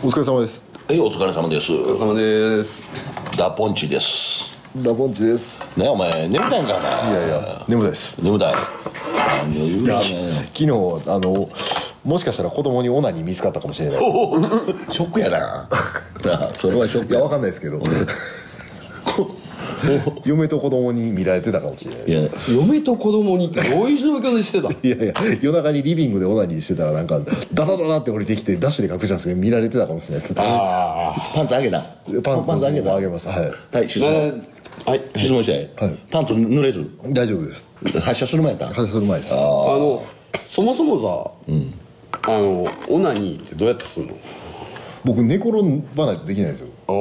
お疲れ様です。 はい、お疲れ様です。 お疲れ様です。 ダポンチです。 ダポンチです。 ね、お前眠たいんかお前。 いやいや、眠たいです。 眠たい。何を言ういや、 ね。 昨日もしかしたら子供にオナニー見つかったかもしれない。 ショックやな。それはショックや。 いや、わかんないですけど、嫁と子供に見られてたかもしれない。 いや、 嫁と子供にってどういう状況でしてた？ いやいや、夜中にリビングでオナニーしてたらなんかダダダダって降りてきてダッシュで隠したんですけど見られてたかもしれないです。 パンツ上げた。 パンツ上げた。 あげました。はい。 はい、質問。 はい、 質問して。 はいパンツ濡れず。 大丈夫です。 発射する前やった。 発射する前です。 そもそもさ、オナニーってどうやってするの？ 僕寝転ばないとできないんですよ。 ああ、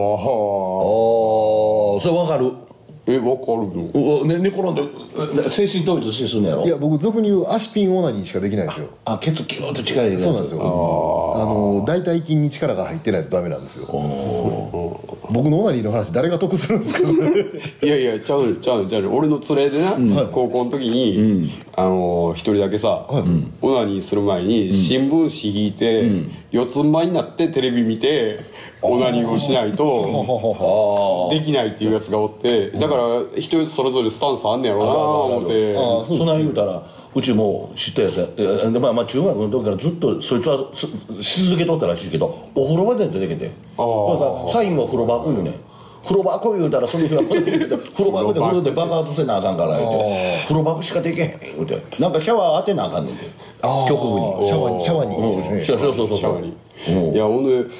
それわかる。 わかるの？ 寝転んで精神統一してするんやろ。 いや、僕俗に言う足ピンオナニーしかできないんですよ。 あ、ケツキューッと力入れるやつ。 そうなんですよ。大腿筋に力が入ってないとダメなんですよ。僕のオナニーの話誰が得するんですか？ いやいや、ちゃう俺の連れでな、高校の時に、一人だけさ、オナニーする前に新聞紙引いて、四つん這いになってテレビ見てオナニーをしないとできないっていうやつがおって、だから人それぞれスタンスあんねやろうな思って。 そんなん言うたらうちも知ったやつや。まあ中学の時からずっとそいつはし続けとったらしいけど、お風呂場で出てけて、だからサインも風呂場来いね。風呂場来い言うたらその日は風呂場で風呂で爆発せなあかんから言うて、風呂場しかできへん言うて、なんかシャワー当てなあかんねんて、局部に。 シャワーにいいですね。 シャワーに。いや、ほんで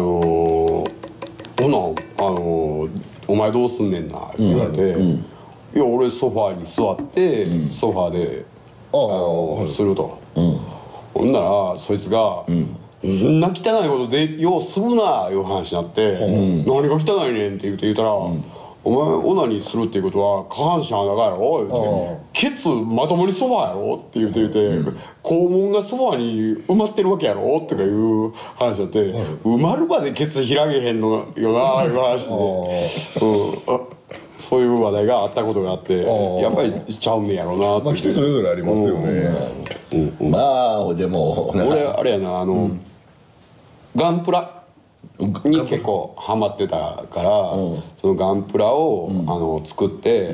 お前どうすんねんなって言われて、いや俺ソファーに座って、ソファーですると、ほんならそいつが「そんな汚いことでようするな」いう話になって「何が汚いねん」って言ったら「お前オナニーするっていうことは下半身裸やろ」言うて「ケツまともにソファーやろ」って言うて肛門がソファーに埋まってるわけやろとかいう話だって、埋まるまでケツ開けへんのよないう話で。そういう話題があったことがあって、やっぱりちゃうんねやろうなって。 まあ人それぞれありますよね。 まあでも俺あれやな、ガンプラに結構ハマってたから、そのガンプラを作って、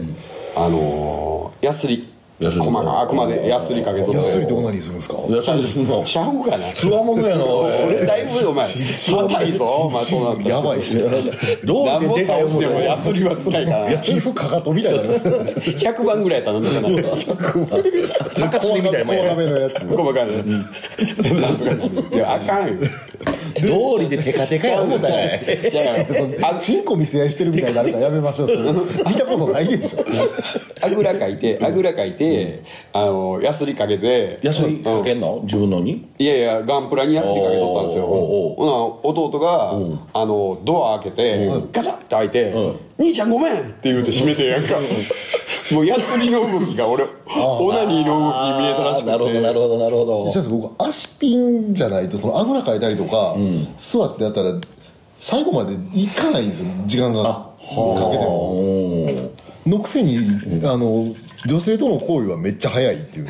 ヤスリ細かくまでヤスリかけとって。 ヤスリでオナニーするんですか？ ヤスリすんのちゃうかな。 つわものやの。 俺だいぶお前硬いぞお前。そうなんだ。 やばいっすよ。 どう何もでかい倒してもヤスリは辛いから皮膚かかとみたいになります。 100番ぐらいやったらなんとかなる。 中継ぎみたいなもんや怖めのやつ。 細かいね。なんとかなる。いやあかんよ。 道理でテカテカや思ったらチンコ見せ合いしてるみたいになるからやめましょう。それ見たことないでしょ。 あぐらかいてヤスリかけて。 ヤスリかけんの自分のに？ いやいやガンプラにヤスリかけとったんですよ。ほな弟がドア開けてガチャッて開いて「兄ちゃんごめん!」って言うて閉めてやんか。もうヤスリの動きがオナニーの動きに見えたらしくて。 なるほど。 先生僕足ピンじゃないとそのあぐらかいたりとか座ってやったら最後までいかないんですよ、時間がかけても。のくせに女性との行為はめっちゃ早いっていう。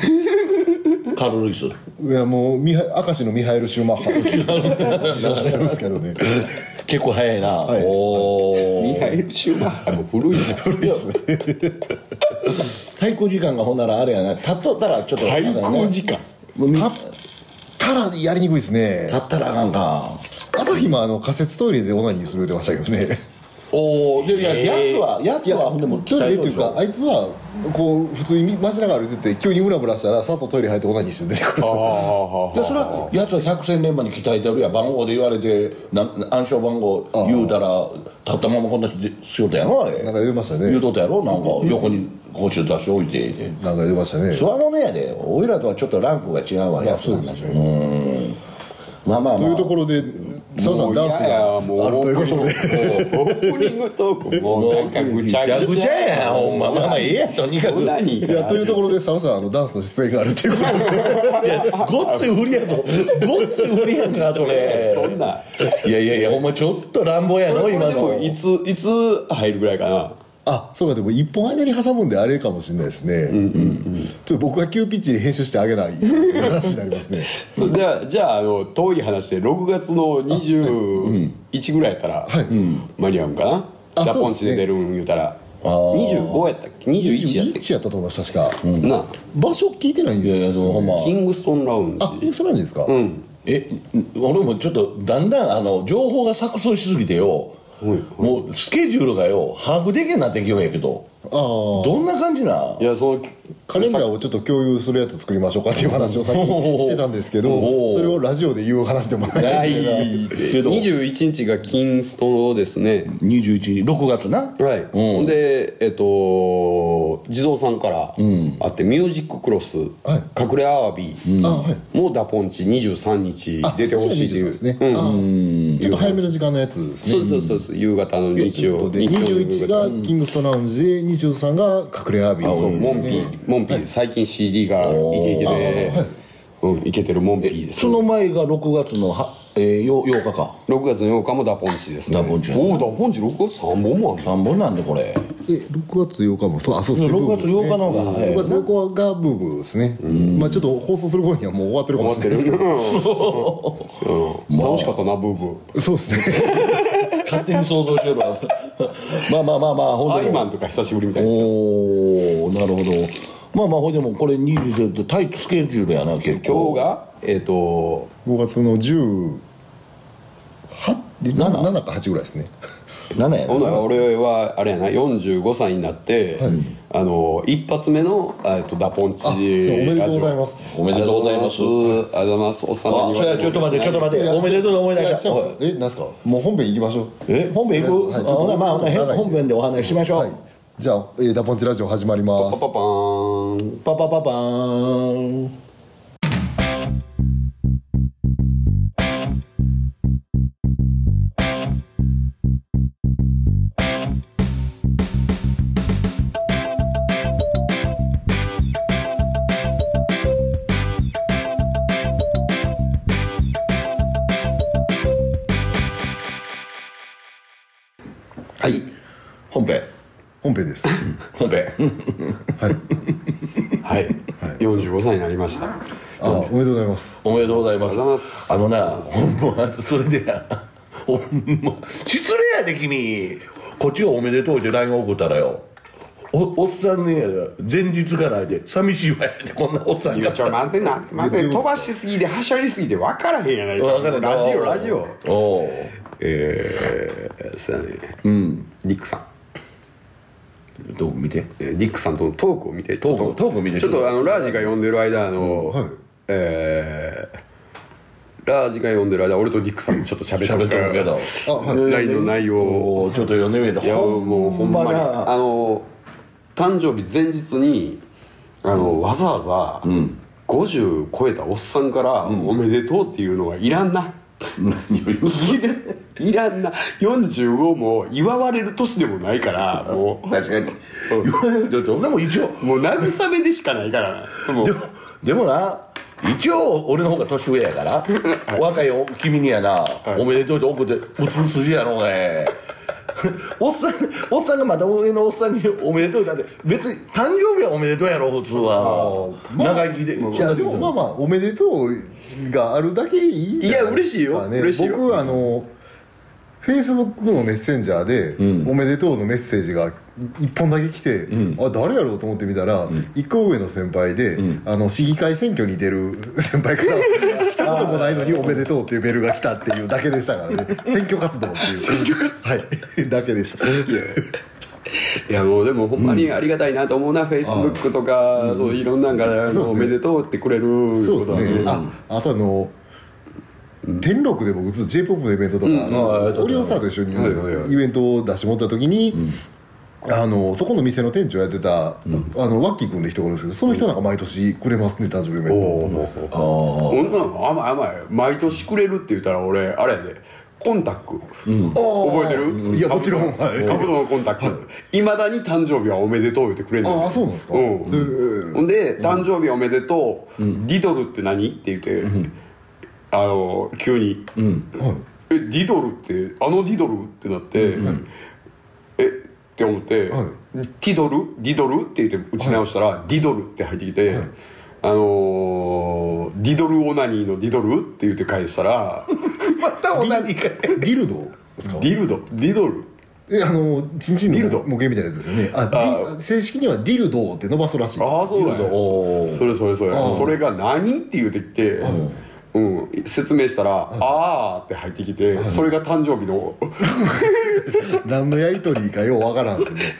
カルロリス。 いやもう明石のミハエル・シューマッハの話をしてるんですけどね。 結構早いな。 早いです。 ミハエル・シューマッハも古いな。 古いですね。 滞空時間がほんならあれやな。立っとったらちょっと滞空時間立ったらやりにくいですね。 立ったらあかんか。 朝日も仮設トイレでオナニーするってましたけどね。 おお、でいややつはほんでもトイレっていうかあいつはこう普通に街中歩いてて急にムラムラしたらさっとトイレ入ってオナニーして出てくるんですよ。 でそれはやつは百戦錬磨に鍛えてるや番号で言われて暗証番号言うたら立ったままこんなしようたやろあれ。 なんか言いましたね。 言うとったやろなんか横に公衆雑誌置いてなんか言いましたね。 つわものやで。おいらとはちょっとランクが違うわやつなんだ。まあというところで澤さんダンスがあるということでオープニングトークもうなんかぐちゃぐちゃやんほんま。まあええやんとにかく。 いやというところで澤さんダンスの出演があるということで。 いやごっつい振りやぞ。ごっつい振りやんかそれ。 そんな。 いやほんまちょっと乱暴やの今の。 いつ入るぐらいかな。 そうか、でも一本間に挟むんであれかもしれないですね。ちょっと僕が急ピッチに編集してあげない話になりますね。 じゃあ遠い話で6月の21ぐらいやったら間に合うんかな。ダポンチで出るん言うたら25やったっけ、21やったっけ。 21やったと思います確か。 な場所聞いてないんですよ。ほんま。 キングストンラウンジ。 キングストンラウンジですか。 俺もちょっとだんだん情報が錯綜しすぎてよ、もうスケジュールがよ把握できるようになってきようやけど、どんな感じな。 いや、そのカレンダーをちょっと共有するやつ作りましょうかっていう話をさっきしてたんですけど、それをラジオで言う話でもないけど、21日がキンストですね。 21日6月な。 はい。ほんで地蔵さんからあって、ミュージッククロス、隠れアワビもダポンチ23日出てほしいっていう。 ちょっと早めの時間のやつですね。 そう夕方の日曜で、 21がキングストンラウンジで、23が隠れアワビ。 モンピー最近 CD がイケイケでイケてるモンピーです。 その前が6月の8日か。 6月の8日もダポンチですね。 ダポンチ 6月3本もある。 3本なんでこれ。 6月8日もそうですね。 6月8日のが 6月8日がブーブーですね。まあちょっと放送する頃にはもう終わってるかもしれないですけど。 楽しかったなブーブー。そうですね。 勝手に想像してるわ。まあアイマンとか久しぶりみたいですよ。 なるほど。ほいでもこれ20でタイトスケジュールやな結構。 今日が 5月の18、7か8ぐらいですね。 7やな。 俺はあれやな、45歳になって、一発目のダポンチ。 おめでとうございます。 おめでとうございます。 ありがとうございます。おっさんに。 ちょっと待っておめでとう思い出した。 なんすか。もう本編行きましょう。 本編行く。本編でお話ししましょう。 じゃあダポンチラジオ始まります。 パパパーンパパパパーン。はい本編です本編はい45歳になりました。 おめでとうございます。 おめでとうございます。それでほんま失礼やで君。こっちがおめでとうってLINE 送ったらよ、おっさんね前日からで寂しいわやで、こんなおっさんが。 待って飛ばしすぎではしゃりすぎて分からへんやないか。ラジオそうやね。ニックさんどう見て、 ニックさんとのトークを見て、 トーク見て、 ちょっとラージが呼んでる間ラージが呼んでる間俺とニックさんちょっと喋ってるけど、LINE の内容をちょっと読んでみて。 もうほんまに誕生日前日にわざわざ50超えたおっさんからおめでとうっていうのはいらんな。 何を言ういらんな。45も祝われる年でもないから、もう確かに言われると俺も一応もう慰めでしかないからな。 でもな、一応俺の方が年上やから若い君にやな、おめでとうって送って普通筋やろうね。おっさんがまた上のおっさんにおめでとうだって、別に誕生日はおめでとうやろ普通は。長生きで。 いやでもおめでとうがあるだけいい。 いや嬉しいよ。嬉しいよ。 僕フェイスブックのメッセンジャーでおめでとうのメッセージが1本だけ来て、誰やろうと思ってみたら1個上の先輩で市議会選挙に出る先輩から来たこともないのにおめでとうっていうメールが来たっていうだけでしたからね。選挙活動っていうだけでした。 いやもうでもほんまにありがたいなと思うな。フェイスブックとかいろんなんからおめでとうってくれることはね。 あと天禄で僕ずっと J−POP のイベントとかオリオンスターと一緒にイベントを出してもらった時にそこの店の店長やってたワッキー君で人がいるんですけど、その人なんか毎年くれますね、誕生日イベント。 甘い毎年くれるって言ったら俺あれやで、コンタック覚えてる？ いやもちろんカブトのコンタックいまだに誕生日はおめでとう言ってくれるんだよ。 あ、そうなんですか。 ほんで誕生日おめでとうディドルって何って言って急にディドルってディドルってなってって思って、 はいティドルディドルって言って打ち直したら、ディドルって入ってきて、 はいディドルオナニーのディドルって言って返したらまた同じかディルドですか？ ディドルチンチンディルドの模型みたいなやつですよね。正式にはディルドって伸ばすらしいです。 ああそうなんやおーそれが何って言ってきて、説明したら「あー」って入ってきて、それが誕生日の何のやり取りかようわからんですね。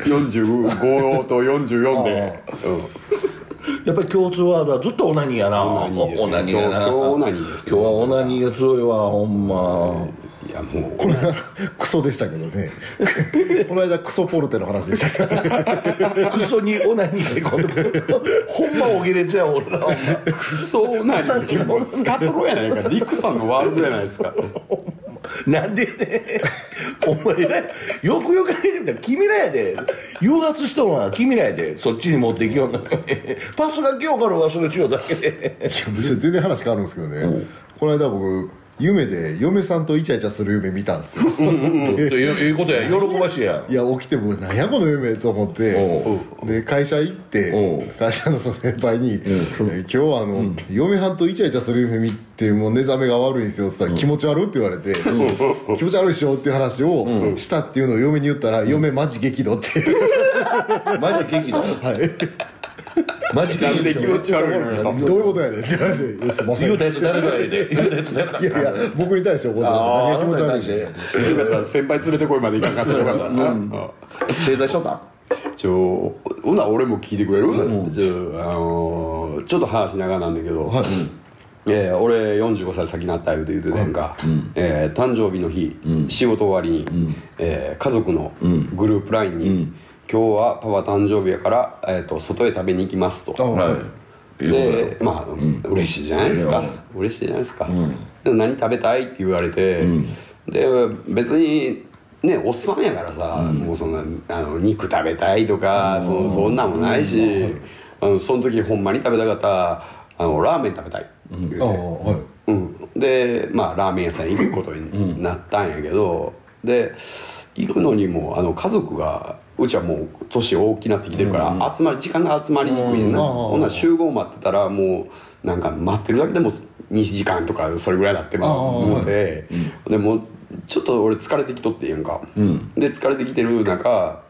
45と44で、 やっぱり共通ワードはずっとオナニーやな。 オナニーですねオナニーやな。 今日オナニーですね今日はオナニーが強いわ、ほんま。 いやもうこの間クソでしたけどね。この間クソポルテの話でしたけど。 クソにオナニーで今度ほんまおぎれつや俺ら。 クソオナニーってもうスカトロやないか、リクさんのワールドやないですか。 なんでね、お前ね、よくよく考えてみたら君らやで、誘発したのは君らやで、そっちに持っていきようなパスが今日から忘れちゃうだけで。 全然話変わるんですけどね。この間僕夢で嫁さんとイチャイチャする夢見たんですよ。 いいことや、喜ばしいや。 いや起きても何やこの夢と思ってで会社行って会社のその先輩に「今日は嫁はんとイチャイチャする夢見てもう寝覚めが悪いんですよ」って言ったら「気持ち悪い」って言われて「気持ち悪いでしょ」っていう話をしたっていうのを嫁に言ったら「嫁マジ激怒」ってマジ激怒。 はいマジなんで気持ち悪いのよと。 どういうことやねんって言われて「いやすいません」 言うたやつ誰だよで。言うたやつ誰だ。 いやいや僕に対して怒ってました。何が気持ち悪いんでよかった先輩連れてこいまでいかんかったらよかったな。 正座しとった。 ほな俺も聞いてくれる？ちょっと話しながらなんだけど、俺45歳先になった言うて言うてたやんか、誕生日の日、仕事終わりに、家族のグループ LINE に、今日はパパ誕生日やから、外へ食べに行きますと。でまあ、嬉しいじゃないですか、嬉しいじゃないですか、で何食べたいって言われて、で別にねおっさんやからさ、もうそんな肉食べたいとか、そんなんもないし、その時ほんまに食べたかったラーメン食べたいって言うて、でまあラーメン屋さん行くことになったんやけど、で行くのにも家族がうちはもう年大きなってきてるから、時間が集まりにくいねんな。ほんなら集合待ってたらもうなんか待ってるだけでも2時間とかそれぐらいになって思ってでもうちょっと俺疲れてきとってんやんか、で疲れてきてる中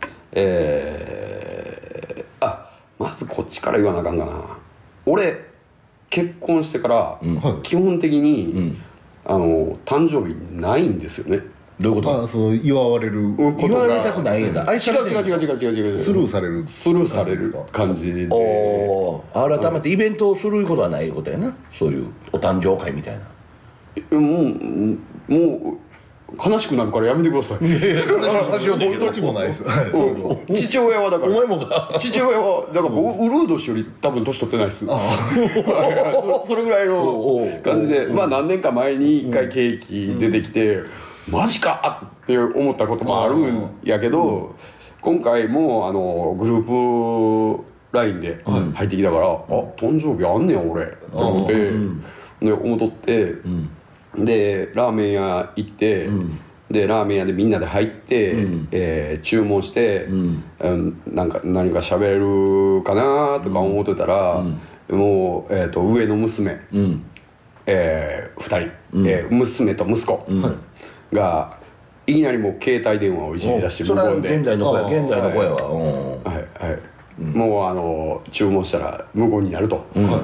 まずこっちから言わなあかんかな。俺結婚してから基本的に誕生日ないんですよね。 どういうこと？ その祝われる言われたくないんだ。 違うスルーされる感じで、 改めてイベントをすることはないことやな。そういうお誕生会みたいな。 もう悲しくなるからやめてください。 どっちもないです。 父親はだからお前もか。 父親はだから僕ウルード氏より多分年取ってないですそれぐらいの感じで、まあ何年か前に一回ケーキ出てきてマジかって思ったこともあるんやけど、今回もグループ LINE で入ってきたから誕生日あんねん俺と思ってで思っとってでラーメン屋行ってでラーメン屋でみんなで入って注文して何か喋れるかなとか思ってたらもう上の娘2人娘と息子がいきなりもう携帯電話をいじり出してそれは現在の声はもう注文したら無言になると、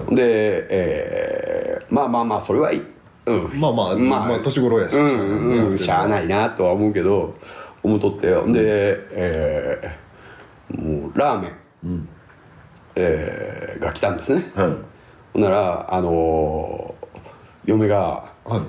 でまあそれはいい、 まあ年頃やししゃあないなとは思うけど思っとってでもうラーメンが来たんですね。ほんなら嫁が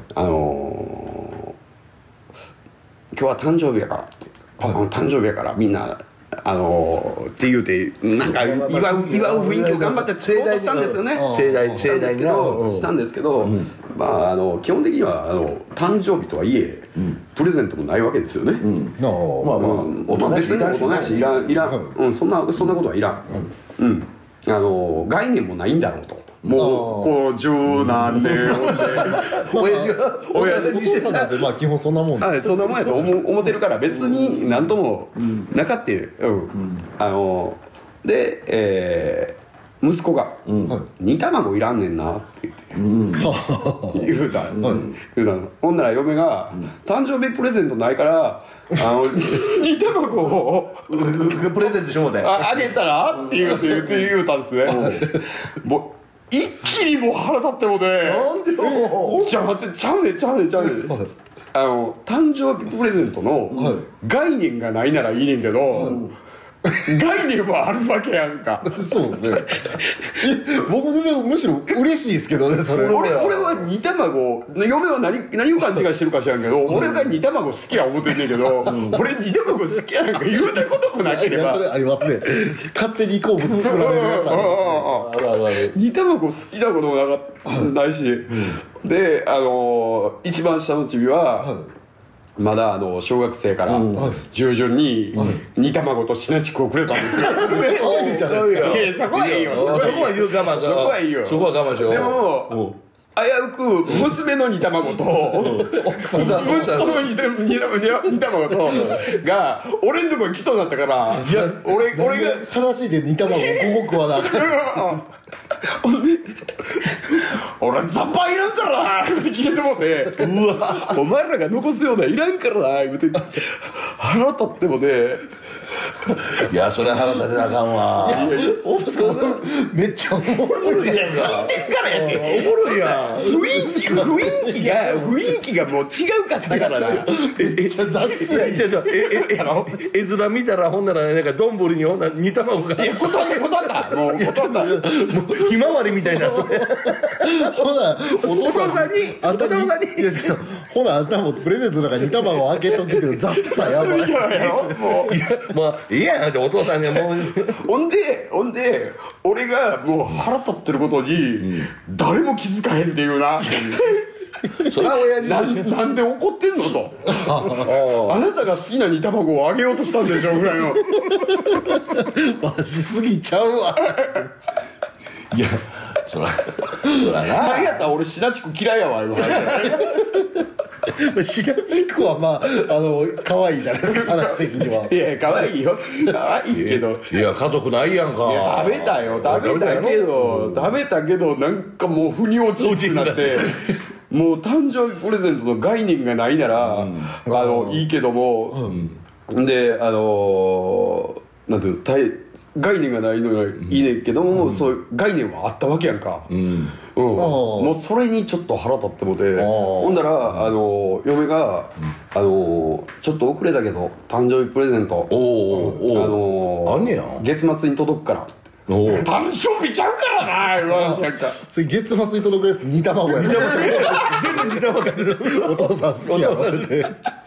今日は誕生日やからってパパの誕生日やからみんなって言うてなんか祝う雰囲気を頑張って作ろうとしたんですよね。盛大にしたんですけど、まあ基本的には誕生日とはいえプレゼントもないわけですよね。別にことないしいらんそんなことはいらん。概念もないんだろうともうこう十何年親父が親父にしてたなんてまあ基本そんなもんあそんなもんやと思ってるから別に何ともなかってで、息子が「煮卵いらんねんな」って言うたほんなら嫁が「誕生日プレゼントないから煮卵をプレゼントしもうてあげたら?」って言うたんですね。もう一気にもう腹立ってもねなんでよちゃうね誕生日プレゼントの概念がないならいいねんけど、概念はあるわけやんか。 そうですね僕全然むしろ嬉しいですけどねそれ。 俺は煮卵嫁は何を勘違いしてるか知らんけど、俺が煮卵好きや思ってんねんけど、俺煮卵好きやなんか言うたこともなければ。 いやそれありますね勝手に好物作られるやつあるある煮卵好きなこともないし、で一番下のチビはまだ小学生から従順に煮卵とシナチクをくれたんですよ。 可愛いじゃないですか。 そこはいいよ。 そこは言う我慢そこはいいよ。 そこは我慢しよう。 でも危うく娘の煮卵と息子の煮卵とが俺んとこに来そうになったから、いや俺が悲しいで煮卵を5個食わなあかんほんで俺ザッパいらんからなって切れてもうて、うわお前らが残すようないらんからなって腹立ってもね。 いやそれは腹立てなあかんわ。 おばさんめっちゃおもろいじゃないですか。 聞いてるからやっておもろいやん。 雰囲気がもう違うかったからな。 めっちゃ雑絵面見たらほんならなんか丼にほんなら煮卵が断ったもう断ったひまわりみたいになって。 ほなお父さんにいやほなあんたもプレゼントの中に煮卵を開けとけて雑さやばい。 いやろもうまあいいやんってお父さんにはもうほんで俺がもう腹立ってることに誰も気づかへんっていうな。 それは親父なんで怒ってんのとあなたが好きな煮卵をあげようとしたんでしょうぐらいのマジすぎちゃうわ。 いやそらな何やったら俺シナチク嫌いやわ言う話シナチクはまあ可愛いじゃないですか話的には。 いや可愛いよ可愛いけどいや家族ないやんか。 いや食べたけどなんかもう腑に落ちなくなってもう誕生日プレゼントの概念がないなら、いいけども、でなんていう概念がないのはいいねんけども、そういう概念はあったわけやんか。もうそれにちょっと腹立ってもて、ほんだら嫁がちょっと遅れたけど誕生日プレゼントあんねや月末に届くから。 誕生日ちゃうからな言わんやんか。 それ月末に届くやつ煮卵やね。 全部煮卵お父さん好きやわって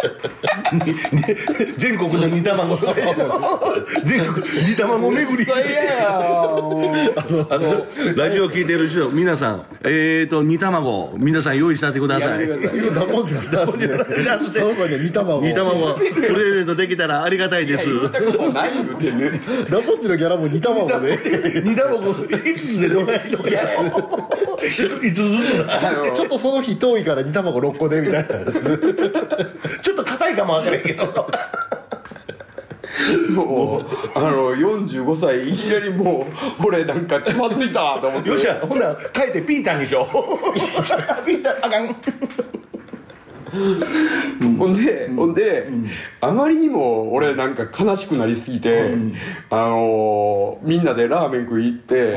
全国の煮卵全国煮卵巡り。 最悪やラジオ聞いてる人皆さん煮卵皆さん用意してってください。 今ダモンジが出すそうそう煮卵プレゼントできたらありがたいです。 ない言うてね。 ダモンジのギャラも煮卵で煮卵5つでどないとか5つずつちょっとその日遠いから煮卵6個でみたいなちょっと硬いかもわからんけどもう45歳いきなりもう俺なんかつまずいたと思って。 よっしゃほんなら帰ってピータンにしようピータンあかんほんで、あまりにも俺なんか悲しくなりすぎて、みんなでラーメン食い行って、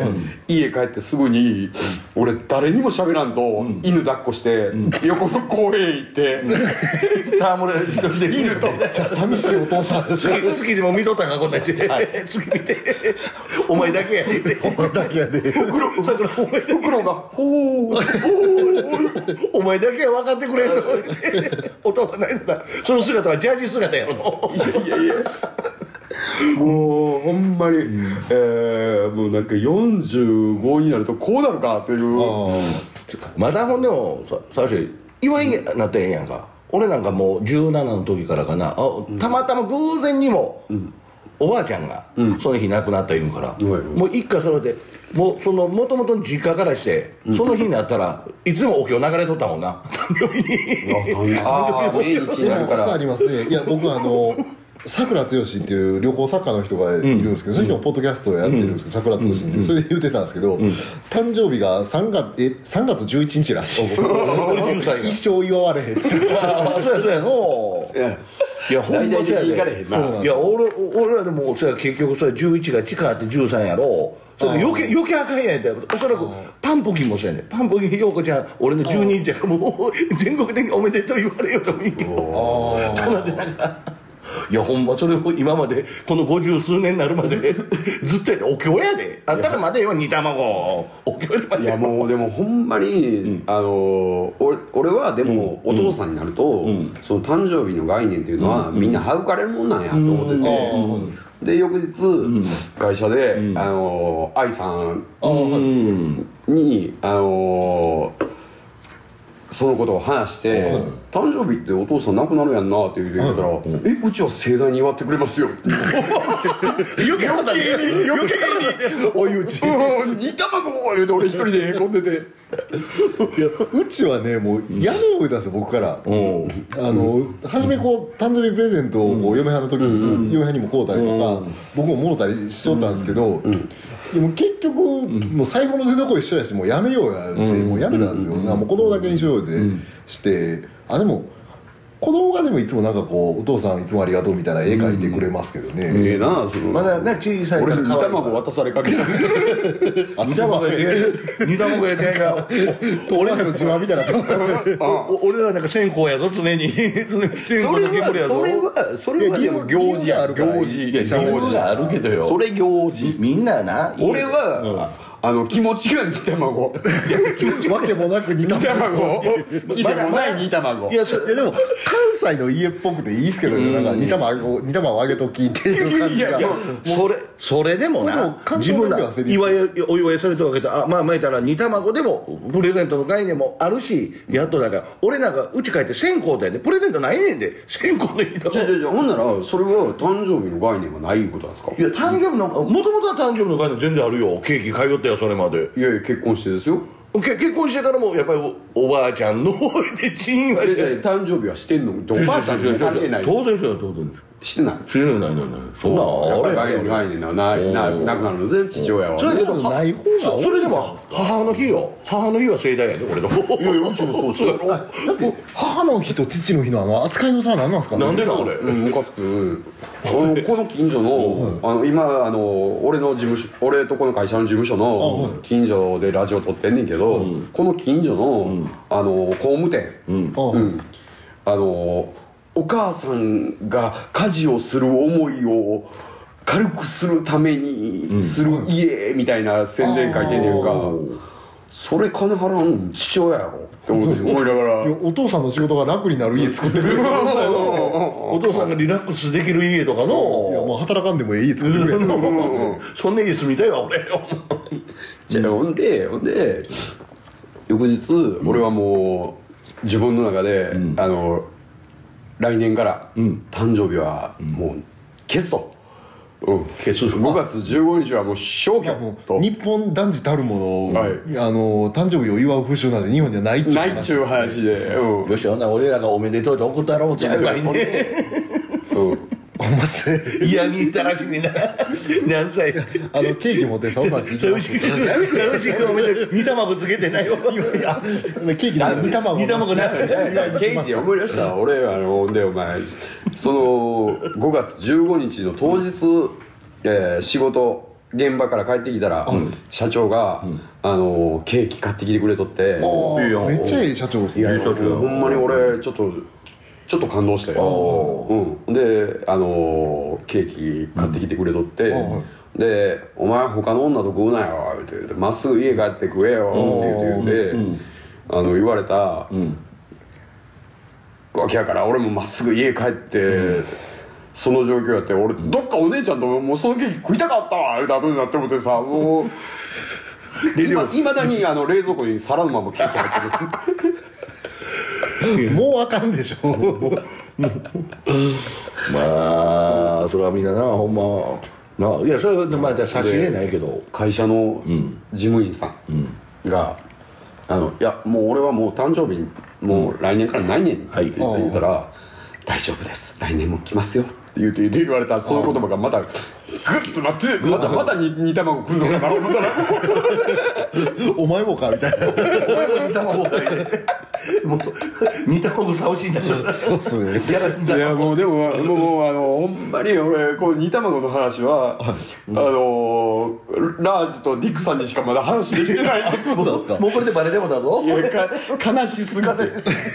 家帰ってすぐに俺誰にも喋らんと、犬抱っこして、横の公園行って戯れる犬とじゃあ寂しいお父さんです好きでも見とったんかこんなんで次見てお前だけやでお前だけやで袋がほーお前だけは分かってくれんの音がないんだ。その姿はジャージ姿やろ。 いやもうほんまに、もうなんか45になるとこうなるかっていう。 まだほんでも最初祝いになってへんやんか。俺なんかもう17の時からかなたまたま偶然にも、 おばあちゃんがその日亡くなった言うから、もう一回それでもうもともとの実家からして、その日になったらいつもお経流れとったもんな、誕生日に。 ああ、命日になるから。 ありますね。いや僕さくらつよしっていう旅行作家の人がいるんですけど、その人もポッドキャストをやってるんですけど、さくらつよしってそれで言ってたんですけど、誕生日が3月11日らしいです。一生祝われへんって言ってた。 そうやの。いやほんまそうやで。いや俺らでもそれ結局それ11が近って13やろ。それ余計あかんやんって。おそらくパンプキンもそうやね。パンプキン陽子ちゃん俺の12日やからもう全国的におめでとう言われようともいいけど、かなでなんか。いやほんまそれを今までこの50数年になるまでずっとやってお経やであったらまでよ煮卵お経でまで。 いやもうでもほんまに、俺はでもお父さんになると、その誕生日の概念っていうのは、みんな省かれるもんなんやと思ってて、で翌日、会社で、愛さんにそのことを話して「誕生日ってお父さん亡くなるやんな」って言ったら「うちは盛大に祝ってくれますよ」って余計に追い打ち煮卵言うて俺一人でへこんでて。いやうちはねもうやめよう言うたんですよ僕から。初めこう誕生日プレゼントを嫁はんの時に嫁はんにも買うたりとか僕ももろたりしちょったんですけど、でも結局もう最後の出所一緒やしもうやめようやってもうやめたんですよ。もう子供だけにしようってしてでも子供がでもいつもなんかこうお父さんいつもありがとうみたいな絵描いてくれますけどね。 ええなそのまだね小さいから俺煮卵渡されかけた。 煮卵やてが俺らの自慢みたいなと思います。 俺らなんか線香やぞ常に。 それはでも行事や行事があるけどよ。 それ行事。 みんなな俺は気持ちが煮卵。 わけもなく煮卵好きでもない煮卵。 いやでも関西の家っぽくていいですけどね。なんか煮卵あげときっていう感じが。 それでもな自分らお祝いされたわけでまあ言ったら煮卵でもプレゼントの概念もあるしやっとだから俺なんかうち帰って線香だよねプレゼントないねんで線香で煮卵。 ほんならそれは誕生日の概念がないことなんですか。 いや誕生日のもともとは誕生日の概念全然あるよ。ケーキ通ってよそれまで。 いやいや結婚してですよ。 結婚してからもやっぱりおばあちゃんのでチーンは誕生日はしてんの。おばあちゃんにも関係ない。 当然当然してない。 してないそんな概念がなくなるんですね父親は。 それけどない方がそれでも母の日は盛大やで俺の。 いやうちもそうだって母の日と父の日の扱いの差は何なんですかね。 なんでな俺ムカつく。この近所の今俺の事務所俺とこの会社の事務所の近所でラジオ撮ってんねんけど、この近所の工務店お母さんが家事をする思いを軽くするためにする家みたいな宣伝書いてんねんか。それ金払うの父親やろって思いながらお父さんの仕事が楽になる家作ってくれる。 お父さんがリラックスできる家とかのいやもう働かんでもいい家作ってくれる。 そんな家住みたいわ俺。 じゃあほんで翌日俺はもう自分の中で来年から誕生日はもう消すと。 消す。 5月15日はもう消去と。 日本男児たるもの誕生日を祝う風習なんて日本にはないっちゅう話で。 よしほんなら俺らがおめでとうって送ったろうって来年。 ほんまっすね。 嫌に言ったらしいねんな。何歳ケーキ持ってさおさんち行きますけど寂しくおめで煮卵つけてないよ。 ケーキ煮卵なケーキ思い出した俺でお前その5月15日の当日仕事現場から帰ってきたら社長がケーキ買ってきてくれとって。 めっちゃいい社長ですね。 ほんまに俺ちょっと感動してでケーキ買ってきてくれとってで「お前他の女と食うなよ」って言って「まっすぐ家帰って食えよ」って言って言われたわけやから俺もまっすぐ家帰ってその状況やって俺どっかお姉ちゃんともうそのケーキ食いたかったわって後になって思ってさもういまだに冷蔵庫に皿のままケーキ入ってる。 もうあかんでしょ。 まあそれはみんななほんまないやそれはまあ差し入れないけど会社の事務員さんが「いやもう俺はもう誕生日もう来年からないねん」って言ったら「大丈夫です来年も来ますよ」って言われたその言葉がまたグッとなってまた煮卵くんのかなと思ったらお前もかみたいな。 お前も煮卵かいもう煮卵寂しいんだからそうっすね。 ギャラ煮いや卵もうでもほんまに俺この煮卵の話はラージとディックさんにしかまだ話できてない。 そうなんですか。 もうこれでバレてもだぞいや悲しすぎて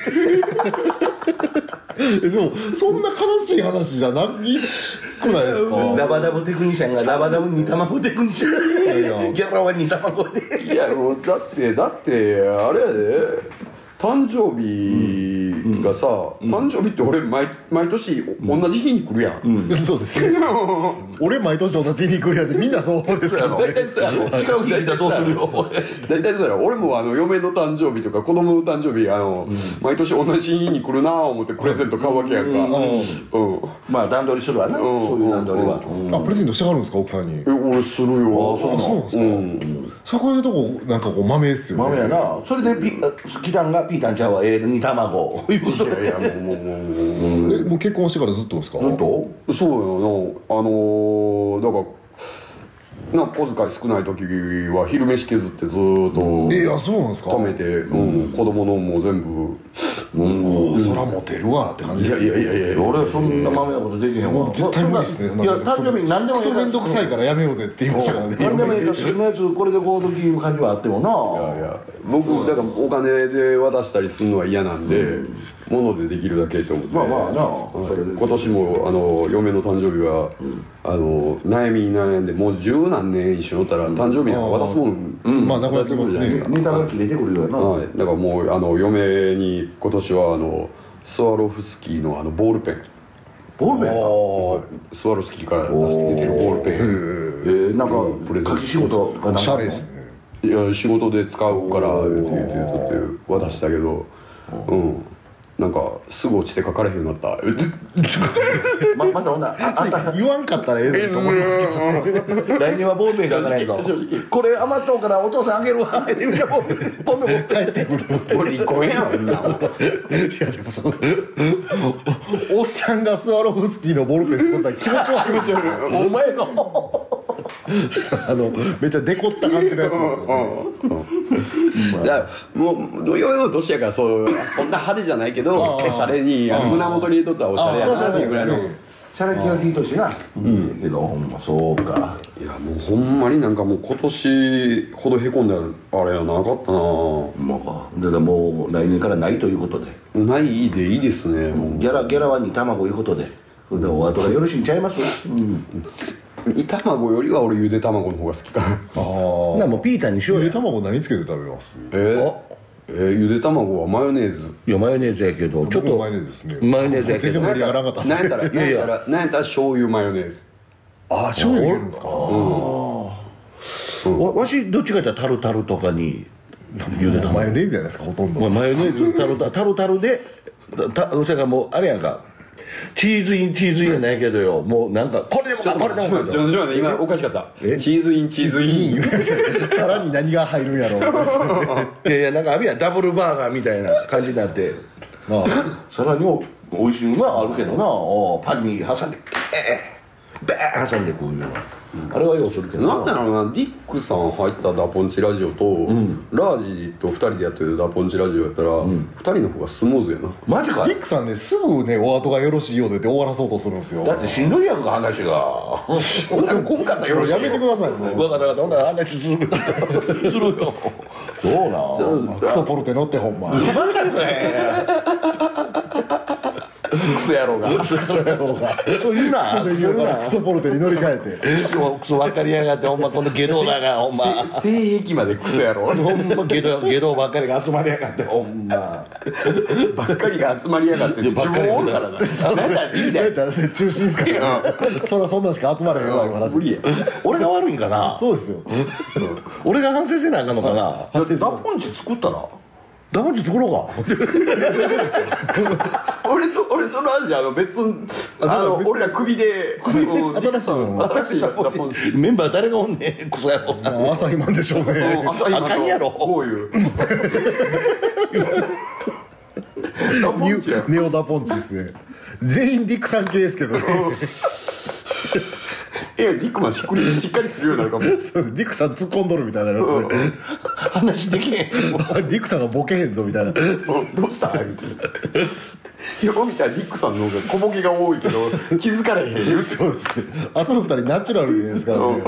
でもそんな悲しい話じゃなくないですか。 ラバダムテクニシャンがラバダム煮卵テクニシャンギャラは煮卵でいやもうだってあれやで誕生日がさ、誕生日って俺毎年同じ日に来るやん、 そうですね。俺毎年同じに来るやつみんなそうですからね。 大体そうやろ違う日だったらどうするよ大体そうやろ俺も嫁の誕生日とか子供の誕生日毎年同じ日に来るなぁ思ってプレゼント買うわけやんかまあ段取りするわなそういう段取りはあ、プレゼントしてはるんですか奥さんに。 俺するよそうなんですか。そういうとこなんかこう豆ですよね。 豆やなそれで好きたんがピータンちゃうわ煮卵いやもうもう結婚してからずっとですか。 本当そうよなだから小遣い少ない時は昼飯削ってずーっといやそうなんですか。 貯めて、子供のも全部そらモテるわって感じです。 いや俺はそんな豆なことできへんわ絶対無理ですね。 いや誕生日何でもクソめんどくさいからやめようぜって言いましたからね。 何でもいいからそんなやつこれでこう時いう感じはあってもないや僕だからお金で渡したりするのは嫌なんで、物でできるだけと思ってまあまあなそれで今年も嫁の誕生日は、悩みに悩んでもう十何年一緒におったら誕生日なんか渡すもんまあなくなってきますね。 ネタが切れてくるよなはい、だからもう嫁に今年はスワロフスキーのボールペンボールペンスワロフスキーから出して出てるボールペンなんか書き仕事がおしゃれですね。 いや仕事で使うからって言って渡したけどなんかすぐ落ちて書かれへんようになったまたほんなあんた言わんかったらええのと思いますけど。 来年はボールペン書かないとこれ余っとうからお父さんあげるわって言うてボールペン持って帰ってくる俺離婚やんな。 いやでもおっさんがスワロフスキーのボールペン作ったら気持ち悪い。 お前のめっちゃデコった感じのやつですよね。 だからもうよ年やからそんな派手じゃないけどおしゃれに胸元に入れとったらおしゃれやなっていうぐらいの。 シャレ気が引いとしなけどほんまそうかいやもうほんまになんかもう今年ほどへこんだあれはなかったな。 もうだからもう来年からないということでないでいいですねもうギャラは煮卵いうことででお後がよろしいんちゃいます？ 煮卵よりは俺ゆで卵の方が好きかな。 なもうピーターにしようよゆで卵何つけて食べます？ ゆで卵はマヨネーズ。 いやマヨネーズやけどちょっとマヨネーズですね。 マヨネーズやけど全然盛り上がらなかったですなんやったらなんやったら醤油マヨネーズ。 あ、醤油入れるんですか。 わしどっちかというとタルタルとかにゆで卵マヨネーズじゃないですかほとんど。 マヨネーズタルタルでそれからもうあれやんかチーズインじゃないけどよもうなんかこれでもこれでもちょっと今おかしかったチーズイン言いましたさらに何が入るんやろう。 いやなんかあるやんダブルバーガーみたいな感じになってさらにも美味しいのがあるけどなパンに挟んでバーッ挟んでこういうのあれはようするけどなんだろうなディックさん入ったダポンチラジオと、ラージと2人でやってるダポンチラジオやったら、2人の方がスムーズやな。 マジかディックさんねすぐねお後がよろしいようで終わらそうとするんですよ。 だってしんどいやんか話がほんなら今回のよろしいよやめてくださいもう。 分かったほんなら話するよそうなんクソポルテ乗ってほんま。 クソ野郎がそういうなクソポルテに乗り換えてクソ分かりやがってほんまこのゲドラがほんま性癖までクソ野郎ほんまゲドばっかりが集まりやがってほんまばっかりが集まりやがってばっかり自分おるからななんだリーダーだから中心ですからそらそんなんしか集まれへんわいう話。 無理や俺が悪いんかなそうですよ。 俺が反省せなあかんのかなダポンチ作ったらダポンチ作ろうか。 俺とラジ別俺ら首で新しいダポンチメンバー誰がおんねん、クソ野郎。 朝日マンでしょうね。 朝日マンとあかんやろこういうダポンチやネオダポンチですね。全員ディックさん系ですけどね。 ディックマンしっかりするようになるかも。 そうです。ディックさん突っ込んどるみたいになりますね。 話できへん。 ディックさんがボケへんぞみたいな。 どうしたみたいな。横見たらディックさんの方が小ボケが多いけど気づかれへんよ。 そうですね。あとの2人ナチュラルですからね。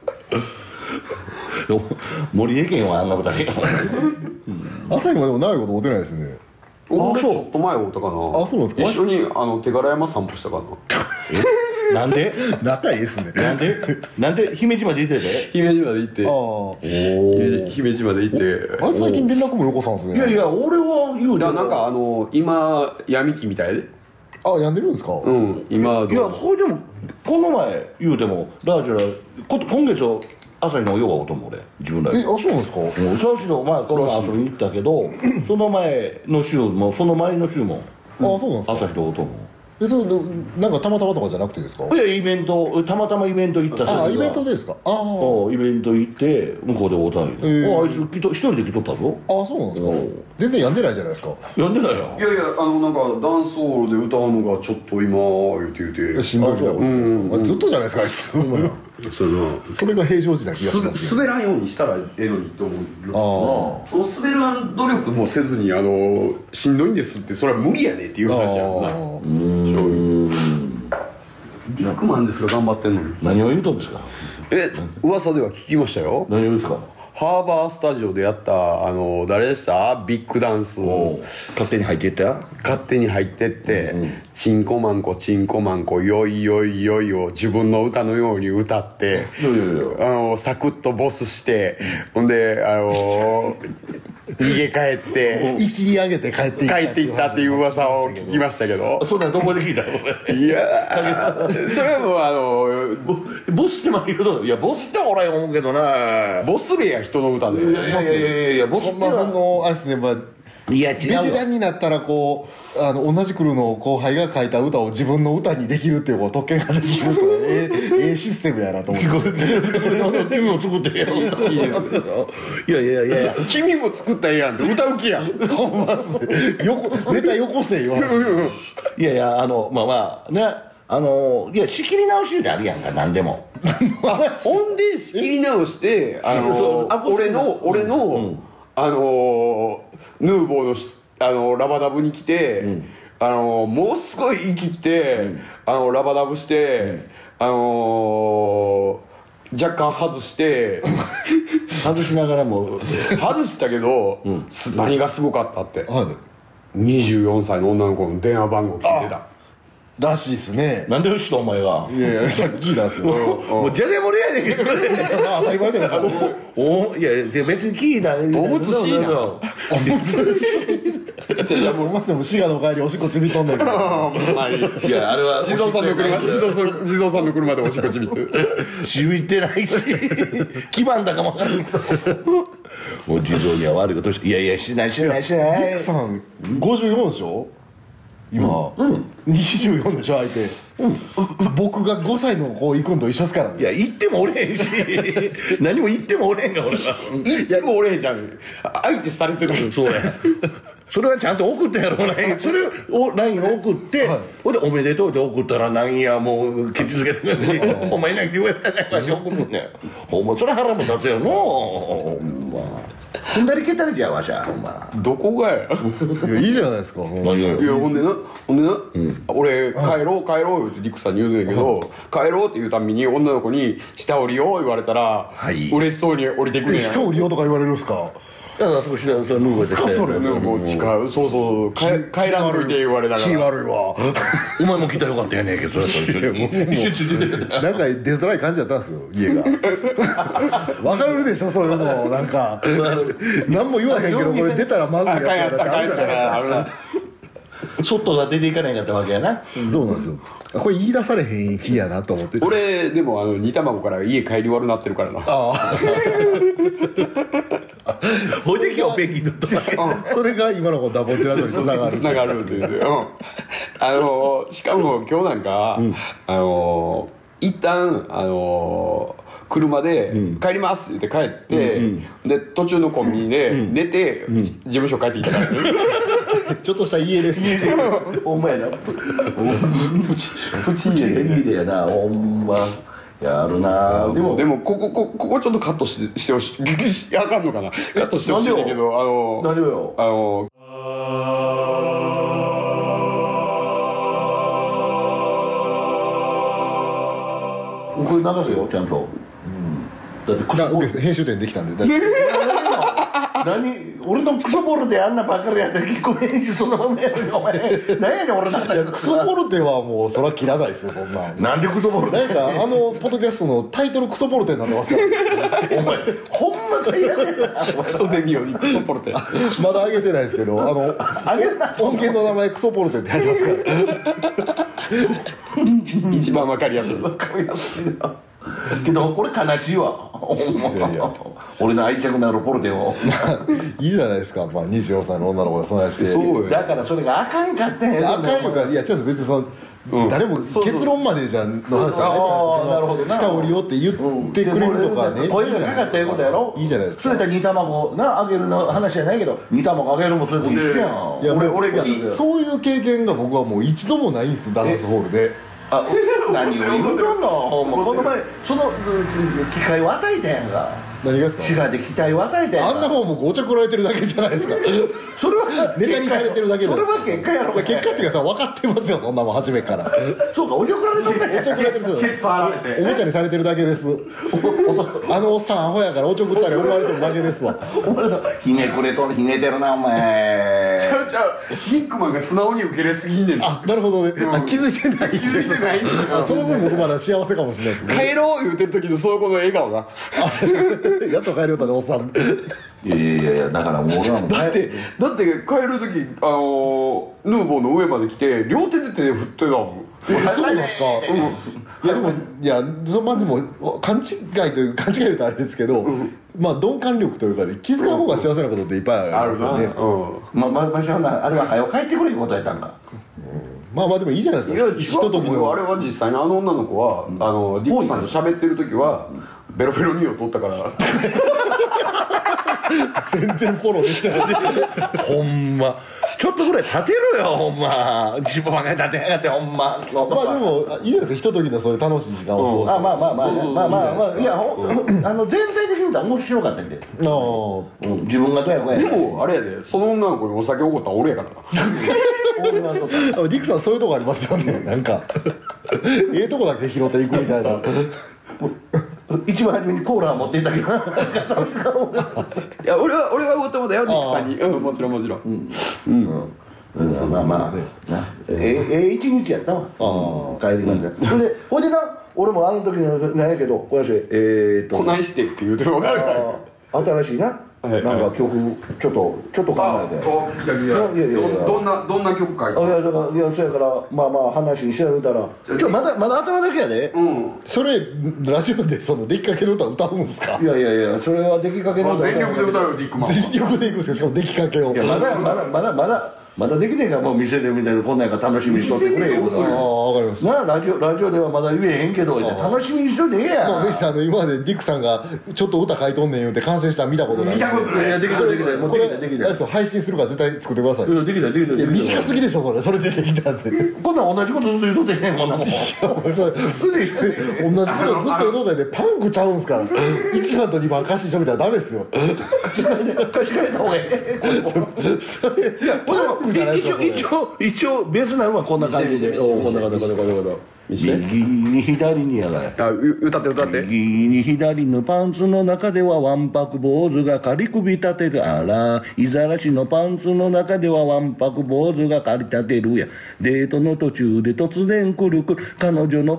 森江県はあんなことあれや。 朝日までも長いこと会うてないですね。 俺ちょっと前会うたかな。 そうなんですか。 一緒に手柄山散歩したかな。 なんで仲いいですね。 なんで姫路まで行ってて。 姫路まで行って姫路まで行ってあれ最近連絡もよこさんですね。 いやいや、俺は言うてなんか今闇期みたいで。 病んでるんですか。 今いや、ほいでもこの前言うてもラージュラ今月朝日のヨガをと思う俺自分らで。 そうなんですか。 朝日の前から遊びに行ったけど、その前の週もその前の週もそうなんですか。 朝日のお供。 それなんかたまたまとかじゃなくてですか。 いや、イベント、たまたまイベント行ったイベントですか。 イベント行って向こうで会うたんや。あいつ一人で来とったぞ。 そうなんですか。全然病んでないじゃないですか。 やんでないよ。 いやいやなんかダンスホールで歌うのがちょっと今言うてしんどいみたいなことですか。ずっとじゃないですかあいつ。 そうやな。 それが平常時な気がします。 滑らんようにしたらええのにと思う。その滑らん努力もせずにしんどいんですってそれは無理やでっていう話やんな。ビッグマンですが頑張ってんのに。 何を言うとんですか。 噂では聞きましたよ。 何を言うんですか。 ハーバースタジオでやった誰でしたビッグダンスを勝手に入っていった勝手に入ってって、チンコマンコチンコマンコよいよいよいを自分の歌のように歌って、サクッとボスして、ほんで逃げ帰って生きり上げて帰っていったっていう噂を聞きましたけど。 そんなんどこで聞いたの。 いやそれはもうボスってまで言うと、いやボスっておらん思うけどな。 ボスべや人の歌で。 いやボスってはあれですね。 いや違う。 ベテランになったらこう同じクルーの後輩が書いた歌を自分の歌にできるっていう特権ができるとシステムやなと思って。 君も作ってやろ。いいですね。いや君も作ったらええやんって歌う気やん。 ほんまっすね。ネタよこせ言われる。 いやまあね。いや仕切り直しであるやんか何でも。 ほんで仕切り直して俺のヌーボーのラバダブに来て、もうすごい生きて、ラバダブして、若干外して外しながらも外したけど、何がすごかったって、24歳の女の子の電話番号聞いてたらしいですね。 なんでよしとお前が。 いやさっき聞いたんですよ。 もうじゃじゃ盛りやねんけどね。 当たり前じゃないですか。 いや別に聞いた。 おむつしいな。 おむつしい。じゃもうまずも滋賀の帰りおしっこちびっとんねんけど。 いやあれは地蔵さんの車でおしっこちびってちびってないし基盤だかもわからんけど。もう地蔵には悪いことして。いやしない。 リクさん54でしょ今、24でしょ相手。僕が5歳の子行くんと一緒ですからね。 いや行ってもおれへんし何も言ってもおれへんが俺は。 言ってもおれへんじゃん。相手されてる。 そうや。それはちゃんと送ったやろ LINE。それを LINE を送ってほんでおめでとうって送ったらなんやもうケチつけてお前なんか言われたらって送るんねん。ほんまそれ腹も立つやろほんま。踏んだり蹴ったりじゃわしゃほんま。 どこがや。 いやいいじゃないですか。 いやほんでな、俺帰ろう言ってリクさんに言うねんけど、帰ろうって言うたんびに女の子に下降りよう言われたら嬉しそうに降りてくねん。 下降りようとか言われるんすか。 だからそこそれヌーボーでしたよ。 もう違う。そう帰らんといて言われたから。 気悪いわ。 お前も来たらよかったやねんけどそれ一緒についてた。 なんか出づらい感じだったんですよ家が。わかるでしょそういうの。なんか何も言わへんけどこれ出たらまずいやつやったらあるじゃないですか。 外が出ていかないかったわけやな。 そうなんですよ。これ言い出されへん気やなと思って俺でも煮卵から家帰り悪なってるからな。 ほいで今日ペンギンのとそれが今のダボンテラドにつながるつながるっていう、しかも今日なんか、一旦車で帰りますって言って帰って、で途中のコンビニで寝て、事務所帰ってきたからね。 ちょっとした家ですね。 ほんまやな。プチ家やな、ほんま。やるな。 でもここちょっとカットしてほしい。あかんのかな。カットしてほしいんだけど、 何をよ。これ流せよちゃんと。だって編集点できたんで。 何俺のクソボルであんなばっかりやったら結構編集そのままやるよお前。何やねん俺なんだ。 クソボルテはもうそら切らないですよそんな。 なんでクソボルテ。 なんかポッドキャストのタイトルクソボルテになってますから。 お前ほんま最悪やな。 クソデミオにクソポルテ。 まだ上げてないですけどあげんな。 音源の名前クソボルテって入ってますから。 一番わかりやすい。 わかりやすいな。けどこれ悲しいわ。俺の愛着のあるポルテを。 いいじゃないですか、まあ、24歳の女の子が備えしてそうよ。 だからそれがあかんかったんや。 あかんよか、いや違う別にその、誰も結論までじゃの話じゃないじゃないですか。 なるほどな。 下降りよって言ってくれるとかね、 声がかかったいうことやろ。 いいじゃないですか。 そうやったら煮卵なあげるの話じゃないけど、煮卵あげるもそれと一緒やん。 いやそういう経験が僕はもう一度もないんですよ、ダンスホールで。 何を言うとんの。ほんまこの前その機会を与えたやんか。 何がですか。 滋賀で期待を与えたやんか。 あんなもんもうごちゃくられてるだけじゃないですか。 それはネタにされてるだけで。 それは結果やろ。 結果っていうかさ、分かってますよそんなもん初めから。 そうか、おちょくられとったんや。 おちょくられてる。 ケツ触られておもちゃにされてるだけです。あのおっさんアホやからおちょくったり思われてるだけですわ。 お前とひねくれとひねてるなお前。 ちゃうリックマンが素直に受け入れすぎんねん。 あ、なるほどね。気づいてない。 気づいてない。 その分僕まだ幸せかもしれないですね。 帰ろう言うてる時のその子の笑顔が。 やっと帰りよったねおっさん。 いやだからもう俺はもうだって帰る時ヌーボーの上まで来て両手で手振ってたもん。 そうなんですか。いやでもまあでも勘違い言うとあれですけど、まあ鈍感力というかね、気づかん方が幸せなことっていっぱいありますよね。 ましゃあれは早く帰ってくれいうことやったんか。 まあでもいいじゃないですか。 いやひとときのあれは実際に女の子はディックさんと喋ってる時はベロベロにを取ったから。 全然フォローできてない。 ほんまちょっとぐらい立てろよほんま。自分ばかり立てやがってほんま。 まあでもいいですよ、ひとときのそういう楽しい時間を過ごす。 いや全体的に見たら面白かったんで。自分がどうやこうや。 でもあれやで、その女の子にお酒おごったら俺やからな。 ディックさんそういうとこありますよね。なんかええとこだけ拾っていくみたいな。 一番初めにコーラ持っていったけど。いや俺はおごってもだよディックさんに。もちろんまあ一日やったわ帰りなんで。ほいでな俺もあの時のなんやけどこないしてって言うても分かるから新しいななんか曲ちょっと考えて。 どんな曲書いて。 いやそうやからまあ話にしてみたらまだ頭だけやで。 それラジオでその出来かけの歌歌うんですか。 いやそれは出来かけの歌。 全力で歌うよディックマン。 全力でいくんですか。しかも出来かけを。 いやまだできねえからもう店でみたいなこんなんやから楽しみにしとってくれよ。 ああ分かりました。 ラジオではまだ言えへんけど楽しみにしといてええやん。 別に今までディックさんがちょっと歌書いとんねん言うて完成したら見たことない。 見たことない。 いやできたもうできた。 配信するから絶対作ってください。 できた。 いや短すぎでしょそれでできたって。 こんなん同じことずっと言うとってへんもんなもん。 同じことずっと言うとってパンクちゃうんすから。1番と2番歌詞一緒みたいなダメですよ。 歌詞変えた方がいい。 それいやパンクじゃないですか。 一応ベースになるのはこんな感じで。こんなこと。 右に左にやがや。 歌って右に左のパンツの中ではわんぱく坊主が仮首立てる。あらいざらしのパンツの中ではわんぱく坊主が借り立てるや。デートの途中で突然くるくる彼女の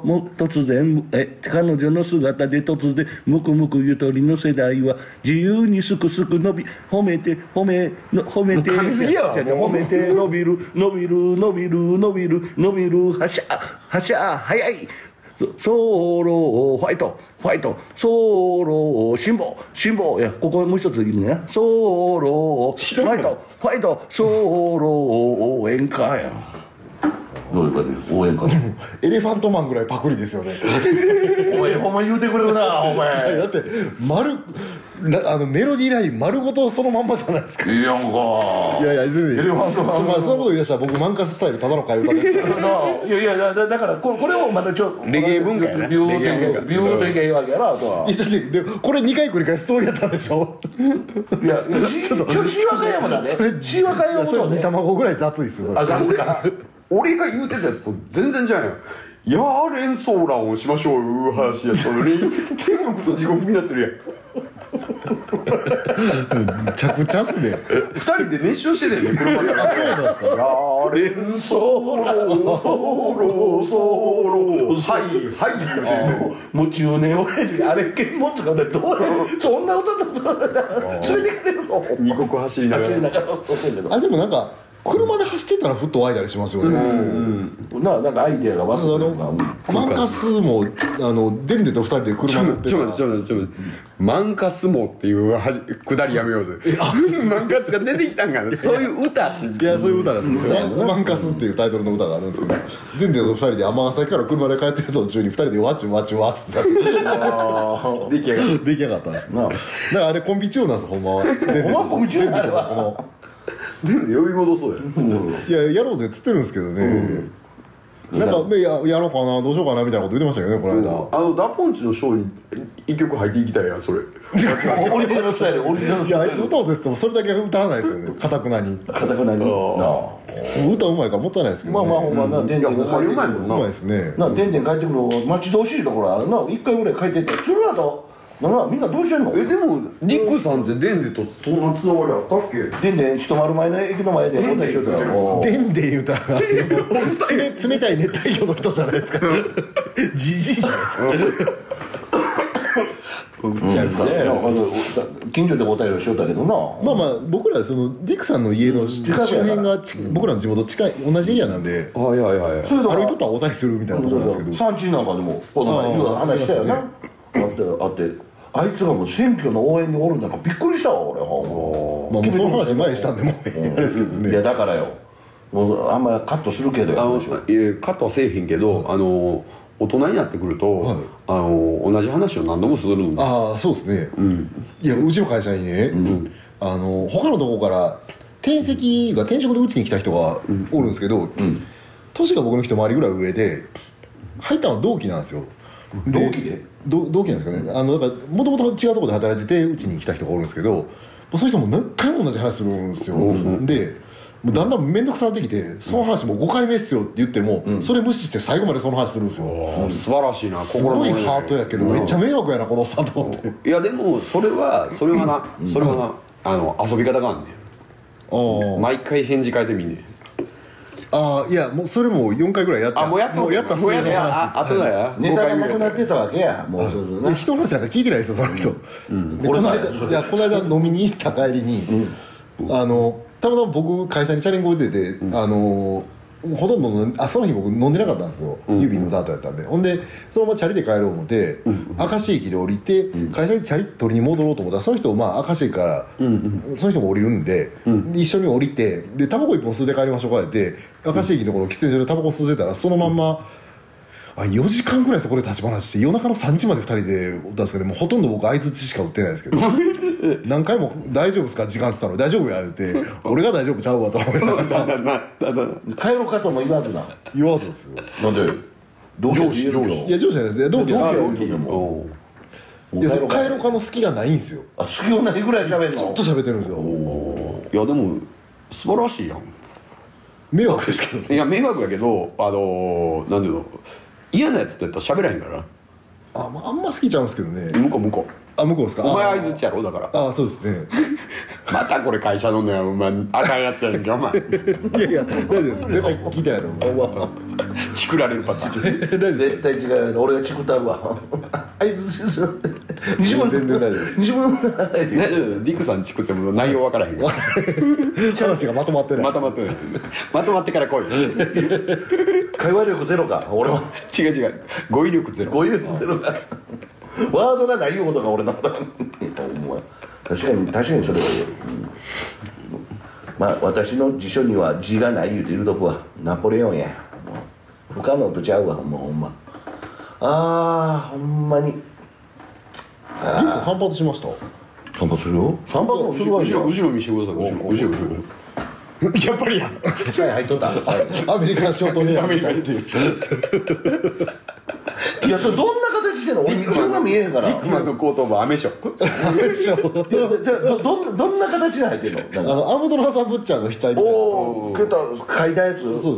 姿で突然むくむくゆとりの世代は自由にすくすく伸び褒めて褒めて褒めて伸びる伸びる伸びる伸びる伸びるはしゃ早いソロファイトソロ辛抱いやここもう一ついるね。ソロファイトソロ応援歌や。どういう感じ応援歌エレファントマンぐらいパクリですよね。 お前ほんま言うてくれるなお前。 だってメロディーライン丸ごとそのまんまじゃないですか。 いやんかいや全然いいです。そんなこと言い出したら僕マンカススタイルただの替え歌ですからいやだからこれをまたちょっとレゲエ文化やなビューといけばいいわけやなとは。 だってでこれ2回繰り返すつもりやったんでしょ。 いやちょっとシワカヤマだね。シワカヤマとね煮卵ぐらい雑いっすよ。 あそうか。 俺が言うてたやつと全然じゃんよ。ヤーレンソーランをしましょういう話やったのに天国と地獄になってるやん。 めちゃくちゃっすね。 2人で熱唱してるやんね車から。ヤーレンソーランはい夢中ね親父あれ剣持つかってどうそんな歌だ連れてきてるの二国走りながら。 あでもなんか車で走ってたらふっと湧いたりしますよね。 なんかアイデアが湧くのか。 マンカスもデンデと2人で車乗ってたらちょっとマンカスモっていうくだりやめようぜ。マンカスが出てきたんかな。そういう歌っていやそういう歌なんですマンカスっていうタイトルの歌があるんですけど、デンデと2人で尼崎から車で帰ってる途中に2人でワッチュワッチュワッツって出来上がったんですよ。だからあれコンビ中なんですほんまは。 お前コンビ中なので呼び戻そうや。 いややろうぜっつってるんですけどね。なんかやろうかなどうしようかなみたいなこと言ってましたよねこの間。 ダポンチのショーに一曲入っていきたいやんそれ。 オリジナルスタイルいやあいつ歌おうですってもそれだけ歌わないですよね。かたくなに歌うまいからもったいないですけどね。 まあほんまなでんでん他にうまいもんな。 うまいですね。 でんでん帰ってくるの待ち遠しいところあるな。1回ぐらい帰ってってその後みんなどうしてんの。 でもリックさんってデンデとそんなつながりあったっけ。 でんでん一丸前の駅の前で交代しようとたよ。 デンデン言うたら冷たい熱帯魚の人じゃないですか。ジジイじゃないですか。 近所で交代をしようたけどな。 まあ僕らそのディックさんの家の周辺が僕らの地元近い同じエリアなんではいそれと歩いとったらおたりするみたいなことなんですけど、 産地なんかでも話したよな。あってあいつがもう選挙の応援におるんなんかびっくりしたわ俺。 もうその話前にしたんでもうあれですけどね。 いやだからよもうあんまカットするけどよ。 カットはせえへんけど大人になってくると、同じ話を何度もするんです。 ああそうですね。いやうちの会社にね、他のとこから転職でうちに来た人がおるんですけど、年が僕の一回りぐらい上で入ったのは同期なんですよ。 同期で同期なんですかね。だからもともと違うところで働いててうちに来た人がおるんですけど、その人も何回も同じ話するんですよ。でもうだんだん面倒くさなってきて、その話もう5回目っすよって言っても、それ無視して最後までその話するんですよ。 素晴らしいな。 すごいハートやけどめっちゃ迷惑やなこのおっさんと思って。 いやでもそれはな遊び方があんねん。毎回返事変えてみんねん。 いやもうそれも4回ぐらいやった。 もうやったそれの話です。 あとだよ。 ネタがなくなってたわけや。もうそうそう人の話なんか聞いてないですよその人。この間飲みに行った帰りにたまたま僕会社にチャリンコ出ててほとんどその日僕飲んでなかったんですよ。指のダートやったんで。ほんでそのままチャリで帰ろう思って明石駅で降りて会社にチャリ取りに戻ろうと思ったらその人明石駅からその人も降りるんで一緒に降りてでタバコ1本吸うて帰りましょうかって明石駅のところの喫煙所でタバコ吸うてたらそのまんま4時間ぐらいそこで立ち話して夜中の3時まで2人でおったんですけどもうほとんど僕相づちしか打ってないですけど何回も「大丈夫ですか時間」って言ったの「大丈夫や」って「俺が大丈夫ちゃうわ」と思いながら帰ろうかとも言わずな。 言わずですよ。 なんで上司いや上司じゃないです。同期なんですよ。 もいやその帰ろうかの隙がないんですよ。 隙がないぐらい喋るの。 ずっと喋ってるんですよ。 いやでも素晴らしいやん。 迷惑ですけどね。 いや迷惑やけどなんていうの嫌なやつってやったら喋らへんからな。 あんま好きちゃうんですけどね。 向こう向こう。 向こうですか。 お前相づちやろだから。 そうですね。 またこれ会社のね、お前あかんやつやねんけお前。 いや大丈夫です。絶対聞いてないと思う。 チクられるパターン。 絶対違う。俺がチクったるわ。あいつ西村全然大丈夫です。 西村ディクさんチクっても内容分からへんから。 話がまとまってない。 まとまってない。まとまってから来い。 会話力ゼロか俺は。 違う語彙力ゼロ。 語彙力ゼロか。ワードがないことが俺のこと。確かにそれは言える。まあ私の辞書には字がない言うて言うとこはナポレオンや。不可能とちゃうわほんま。ほんまに。 ジュース散髪しました。 散髪するよ。散髪もするわけよ。 後ろ見してください。後ろ。やっぱりや。 シャイ入っとった。 アメリカンショートヘアみたいっていう。 いやそれどんな形してんの？俺自分が見えへんから。 今の後頭部アメショ。 どんな形で入ってんの？ アムドラーサブッチャーの額みたいな。 おお、書いたやつ。 そう。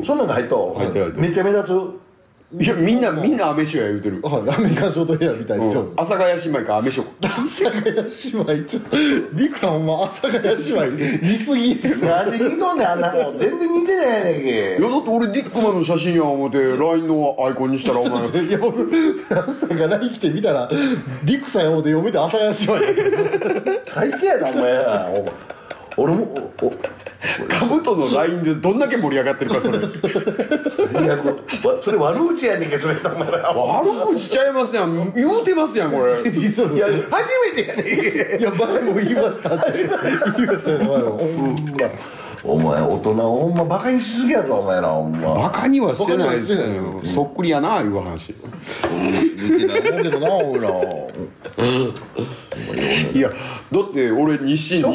そんなんが入っと。 入ってる。 めっちゃ目立つ。 いやみんなアメショや言うてる。 アメリカンショートヘアみたいですよ。 阿佐ヶ谷姉妹かアメショ。 阿佐ヶ谷姉妹ディックさんほんま阿佐ヶ谷姉妹似すぎっす。 なんで似とんねんあんなもん。全然似てないやねんけ。 いやだって俺ディックマンの写真や思って LINE のアイコンにしたらお前。 いや僕朝が LINE 来て見たらディックさんや思って読めて阿佐ヶ谷姉妹やった。 最低やなお前な。俺もカブトの LINE でどんだけ盛り上がってるかそれ。 最悪。それ悪口やねんけどそれお前ら。 悪口ちゃいますやん。言うてますやんこれ。 いや初めてやねんけ。 いや前も言いましたって言いましたよ前も。 お前大人をほんまバカにしすぎやぞお前らほんま。 バカにはしてないですバカにはしてないよ。そっくりやないう話。 似てないもんけどな俺ら。 いやだって俺日清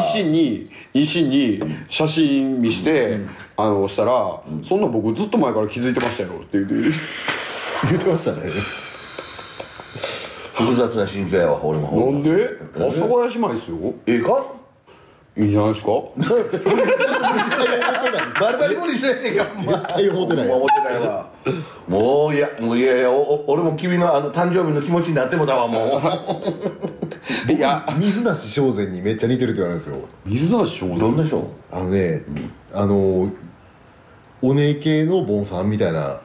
に写真見してしたらそんな僕ずっと前から気づいてましたよって言って言ってましたね。 複雑な心境やわ俺も。 なんで阿佐ヶ谷姉妹ですよ。 かいいんじゃないですか。 バリバリ無理してんねんけど絶対思ってない。 思ってないわ。もういや俺も君の誕生日の気持ちになってもだわもう。 いや水梨正禅にめっちゃ似てるって言われるんですよ。 水梨少年どんな人？ お姉系のボンさんみたいな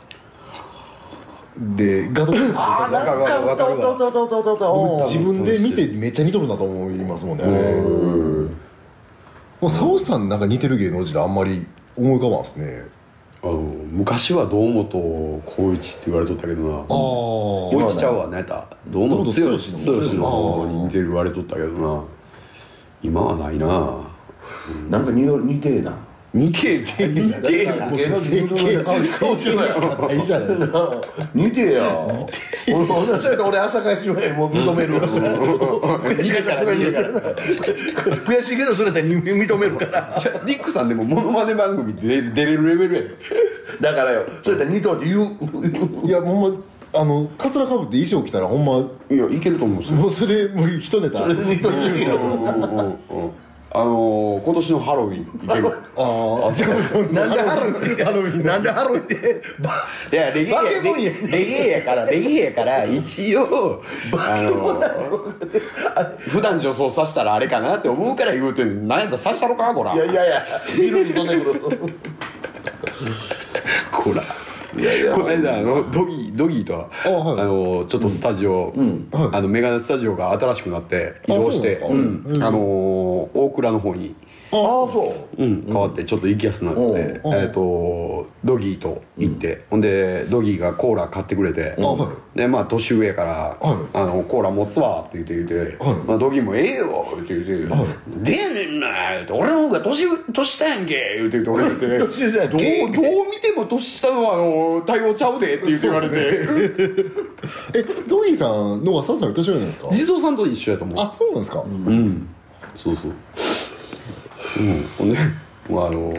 でガトなんか歌自分で見てめっちゃ似とるなと思いますもんねあれ。もうサオさんなんか似てる芸能人であんまり思い浮かばんですね。 昔は堂本光一って言われとったけどな。光一ちゃうわ何やった堂本剛の方に似てる言われとったけどな。今はないな。 なんか似てえな。 似てえな。 芸能人の顔してないいいじゃないですか。 似てえや。俺それと俺朝会しも認める。悔しいけどそれで認めるから。 ニックさんでもモノマネ番組で出れるレベルやで。 だからよそれで似とって言う。 いやほんまカツラかぶって衣装着たらほんまいやいけると思うんですよ。 もうそれもう一ネタそれで似とってるじゃん。 今年のハロウィンいける。 なんでハロウィンっていやレゲエやから一応普段女装させたらあれかなって思うから言うてん。何やったらさしたろかこら。 いやビルに飛んでくるこらこの間ドギーとちょっとスタジオメガネスタジオが新しくなって移動して大倉の方に変わってちょっと行きやすくなってドギーと行ってほんでドギーがコーラ買ってくれてでまあ年上やからコーラ持つわって言ってドギーもええよって言ってでやねんなって俺の方が年下やんけ言うて俺言ってどう見ても年下の対応ちゃうでって言って言われてドギーさんのはサウさんより年上なんですか。 地蔵さんと一緒やと思う。 あそうなんですか。 そうほんでもう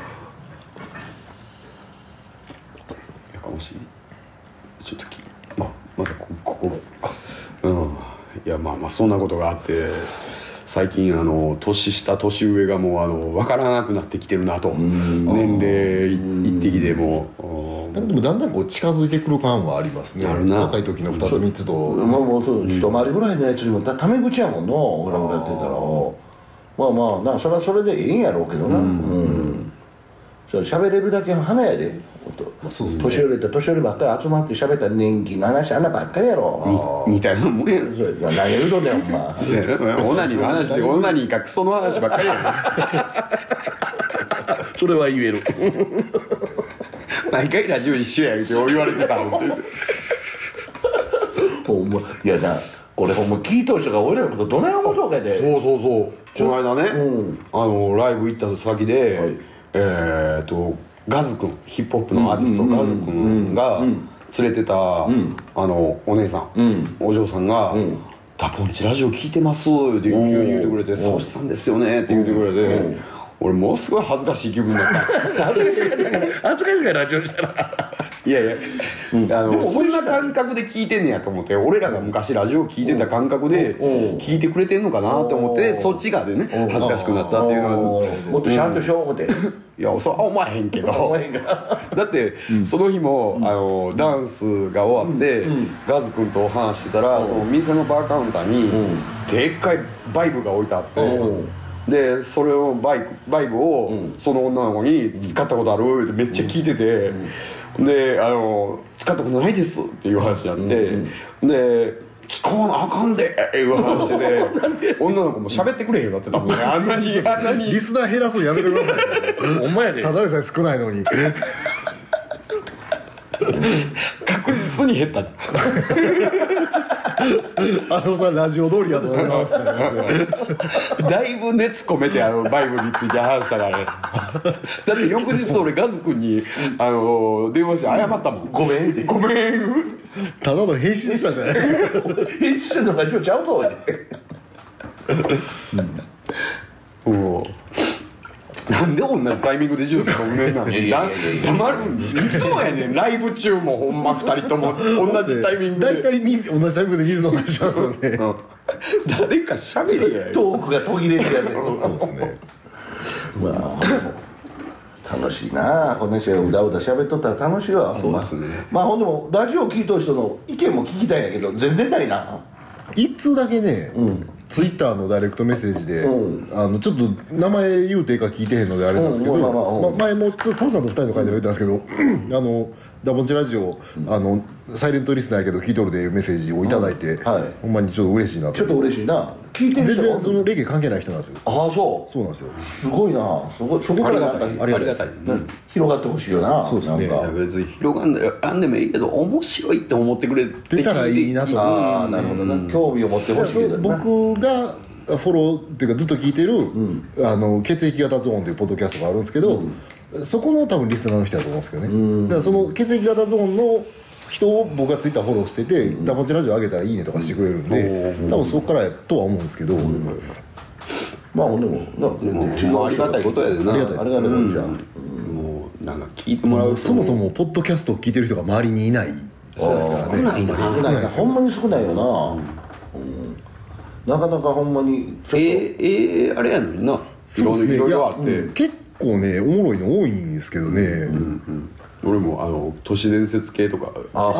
やかましいちょっとまだ心いやまあそんなことがあって最近年下年上がもう分からなくなってきてるなと年齢一滴でもでもだんだんこう近づいてくる感はありますね。若い時の2つ3つともうそう一回りぐらいのやつにもタメ口やもんな、俺もやってたら。まあな、それはそれでいいんやろうけどな。そう喋れるだけ花やで。年寄りと年寄りばっかり集まって喋ったら年金の話あんなばっかりやろみたいなもんやろ。 いや何言うとんねんほんま。 オナニーの話でオナニーかクソの話ばっかりやそれは言える。 毎回ラジオ一緒やって言われてたのってほんまいやな、これほんま聞いとる人が俺らのことどない思うとかで。 そうこの間ね、ライブ行った先で、ガズ君、ヒップホップのアーティストガズ君が連れてたお姉さん、お嬢さんが「ダポンチラジオ聞いてます」って急に言ってくれて「サオシさんですよね」って言ってくれて、俺ものすごい恥ずかしい気分になった。 恥ずかしいからラジオしたら。 いやでもそんな感覚で聞いてんねやと思って、俺らが昔ラジオ聞いてた感覚で聞いてくれてんのかなって思って、そっち側でね恥ずかしくなったっていうのは、 もっとちゃんとしよう思って。 いやそうは思わへんけど、だってその日もダンスが終わってガズ君とお話してたら、その店のバーカウンターにでっかいバイブが置いてあって、でそれをバイブをその女の子に「使ったことある?」ってめっちゃ聞いてて、で使ったことないですっていう話になって、で使わなあかんでいう話してて、女の子も喋ってくれへんようになってたもんね。あんなにリスナー減らすのやめてください。 ほんまやで。 ただでさえ少ないのに確実に減った。 さんラジオ通りやと思いましたね。 だいぶ熱込めてバイブについて話したからね。だって翌日俺ガズ君に電話して謝ったもん。ごめんってごめん。 ただの編集者じゃないですか。 編集者のラジオちゃうぞって。 なんで同じタイミングでジュース飲んでんの？黙るんいつもやねん。ライブ中もほんま2人とも同じタイミングで。 大体同じタイミングで水飲んでしますよね。 誰か喋りやよ。 トークが途切れるやつ。 そうですね。 まあ楽しいな、この人がうだうだ喋っとったら楽しいわ。 そうですね。 まあほんでもラジオ聞いとる人の意見も聞きたいんやけど全然ないな。 一通だけね、ツイッターのダイレクトメッセージで、ちょっと名前言うていいか聞いてへんのであれなんですけど、前もちょっとサムさんと2人の会で言ったんですけど、ダボンチラジオサイレントリスナーやけど聞いとるでいうメッセージをいただいて、ほんまにちょっと嬉しいなと。 ちょっと嬉しいな。聞いてる人全然そのレゲエ関係ない人なんですよ。 ああそうなんですよ。 すごいな。そこからなんかありがたい広がってほしいよな。 そうですね。 別に広がんでもいいけど面白いって思ってくれてたらいいなと。 ああなるほどな。興味を持ってほしいけどな。 僕がフォローっていうかずっと聞いてる血液型ゾーンというポッドキャストがあるんですけど、そこの多分リスナーの人だと思うんですけどね。だからその血液型ゾーンの人を僕がツイッターフォローしてて、ダボンチラジオ上げたらいいねとかしてくれるんで、多分そこからやとは思うんですけど、 まあでもありがたいことやでな。 ありがたいことじゃん。 もうなんか聞いてもらうと、 そもそもポッドキャストを聞いてる人が周りにいないですからね。 少ないな。 ほんまに少ないよな。なかなかほんまにあれやのにな。いろいろあって、 結構ねおもろいの多いんですけどね。 俺も都市伝説系とか、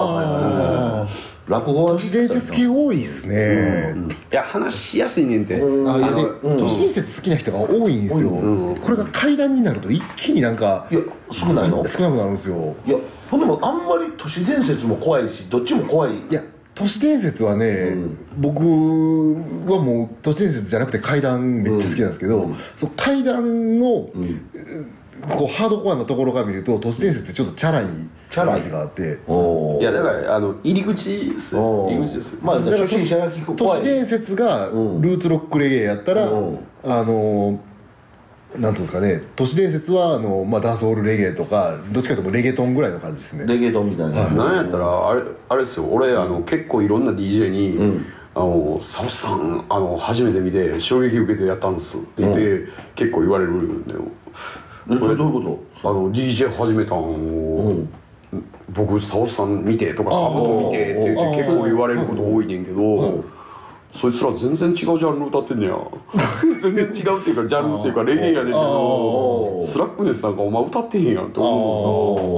落語は都市伝説系多いっすね。 いや話しやすいねんて。 都市伝説好きな人が多いんですよ。これが怪談になると一気になんかいや少ないの？ 少なくなるんですよ。 いやほんでもあんまり都市伝説も怖いしどっちも怖い。 いや都市伝説はね、僕はもう都市伝説じゃなくて怪談めっちゃ好きなんですけど、その怪談のこうハードコアなところから見ると都市伝説ってちょっとチャラい味があって、 いやだから入り口です。 まあ初心者が聞く都市伝説がルーツロックレゲエやったら、なんていうんですかね、都市伝説はダンスホールレゲエとかどっちかというとレゲトンぐらいの感じですね。 レゲトンみたいな。 なんやったらあれですよ。俺結構いろんな DJ に「サオさん初めて見て衝撃受けてやったんです」って言って結構言われるんだよ。 どういうこと？ DJ 始めたんを僕サオさん見てとかカブト見てって言って結構言われること多いねんけど、そいつら全然違うジャンル歌ってんねや。全然違うっていうかジャンルっていうかレゲエやねんけど、スラックネスなんかお前歌ってへんやんって思う。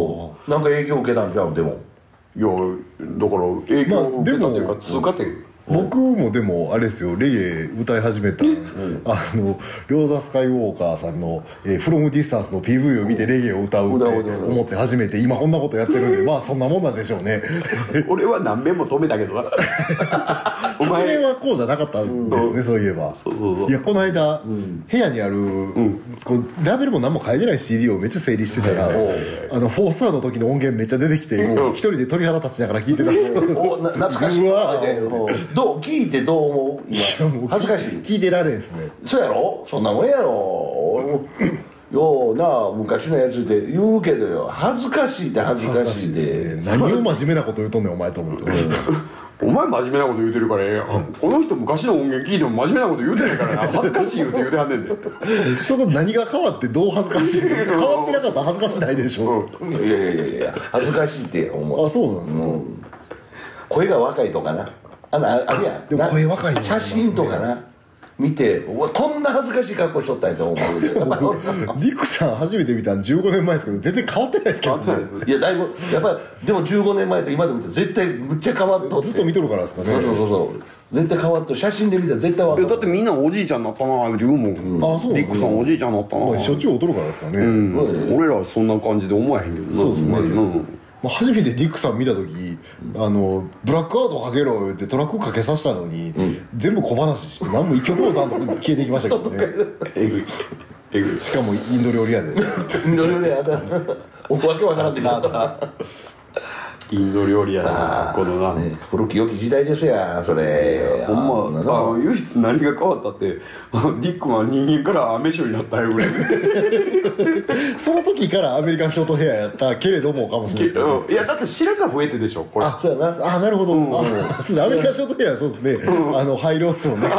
なんか影響受けたんじゃんでも。 いやだから影響を受けたというか通過点。 僕もでもあれですよ、レゲエ歌い始めた、リョーザ・スカイウォーカーさんの「フロム・ディスタンス」の PV を見てレゲエを歌うって思って初めて今こんなことやってるんで、まあそんなもんなんでしょうね。 俺は何遍も止めたけどな。お初め前はこうじゃなかったんですね、そういえば。いやこの間、部屋にある、こうラベルも何も書いてない CD をめっちゃ整理してたら、フォースターの時の音源めっちゃ出てきて、一人で鳥肌立ちながら聞いてたんですよ。 懐かしい。 うわどう聞いてどう思う今。恥ずかしい。 聞いてられんですね。 そうやろ、そんなもんやろ。俺もような昔のやつで言うけどよ、恥ずかしいって恥ずかしいで、 何を真面目なこと言うとんねんお前と思って。 お前真面目なこと言うてるからこの人昔の音源聞いても真面目なこと言うてないからな、恥ずかしい言うて言うてはんねんで。 その何が変わってどう恥ずかしい変わってなかったら恥ずかしないでしょ。 いや恥ずかしいって思う。 あ、そうなんですか。 声が若いとかな、あれやでも声若いの写真とかな見て、うわこんな恥ずかしい格好しとったんやと思う。 ディックさん初めて見たの15年前ですけど全然変わってないですけどね。 いやだいぶやっぱりでも15年前と今で見て絶対むっちゃ変わっとって、 ずっと見とるからですかね。 そう絶対変わっと、写真で見たら絶対分かる。 だってみんなおじいちゃんになったなって言うもん。 あ、そうディックさんおじいちゃんになったな。 しょっちゅう踊るからですかね。 俺らはそんな感じで思わへんけどな。 そうですね。初めてディックさん見た時、ブラックアウトかけろ言ってトラックかけさせたのに、全部小話して何も一曲も歌わんと消えていきましたけどね。 えぐいしかもインド料理屋で。 インド料理屋だ。わけわからんって言ったインド料理やなこのな、 古き良き時代ですやそれ。 ほんま唯一何が変わったってディックは人間からアメショになったよぐらい。 その時からアメリカンショートヘアやったけれどもかもしれないですけど、 いやだって白が増えてでしょこれ。 そうやな。 あ、なるほど。そうです、アメリカンショートヘアそうですね。ハイロースをね。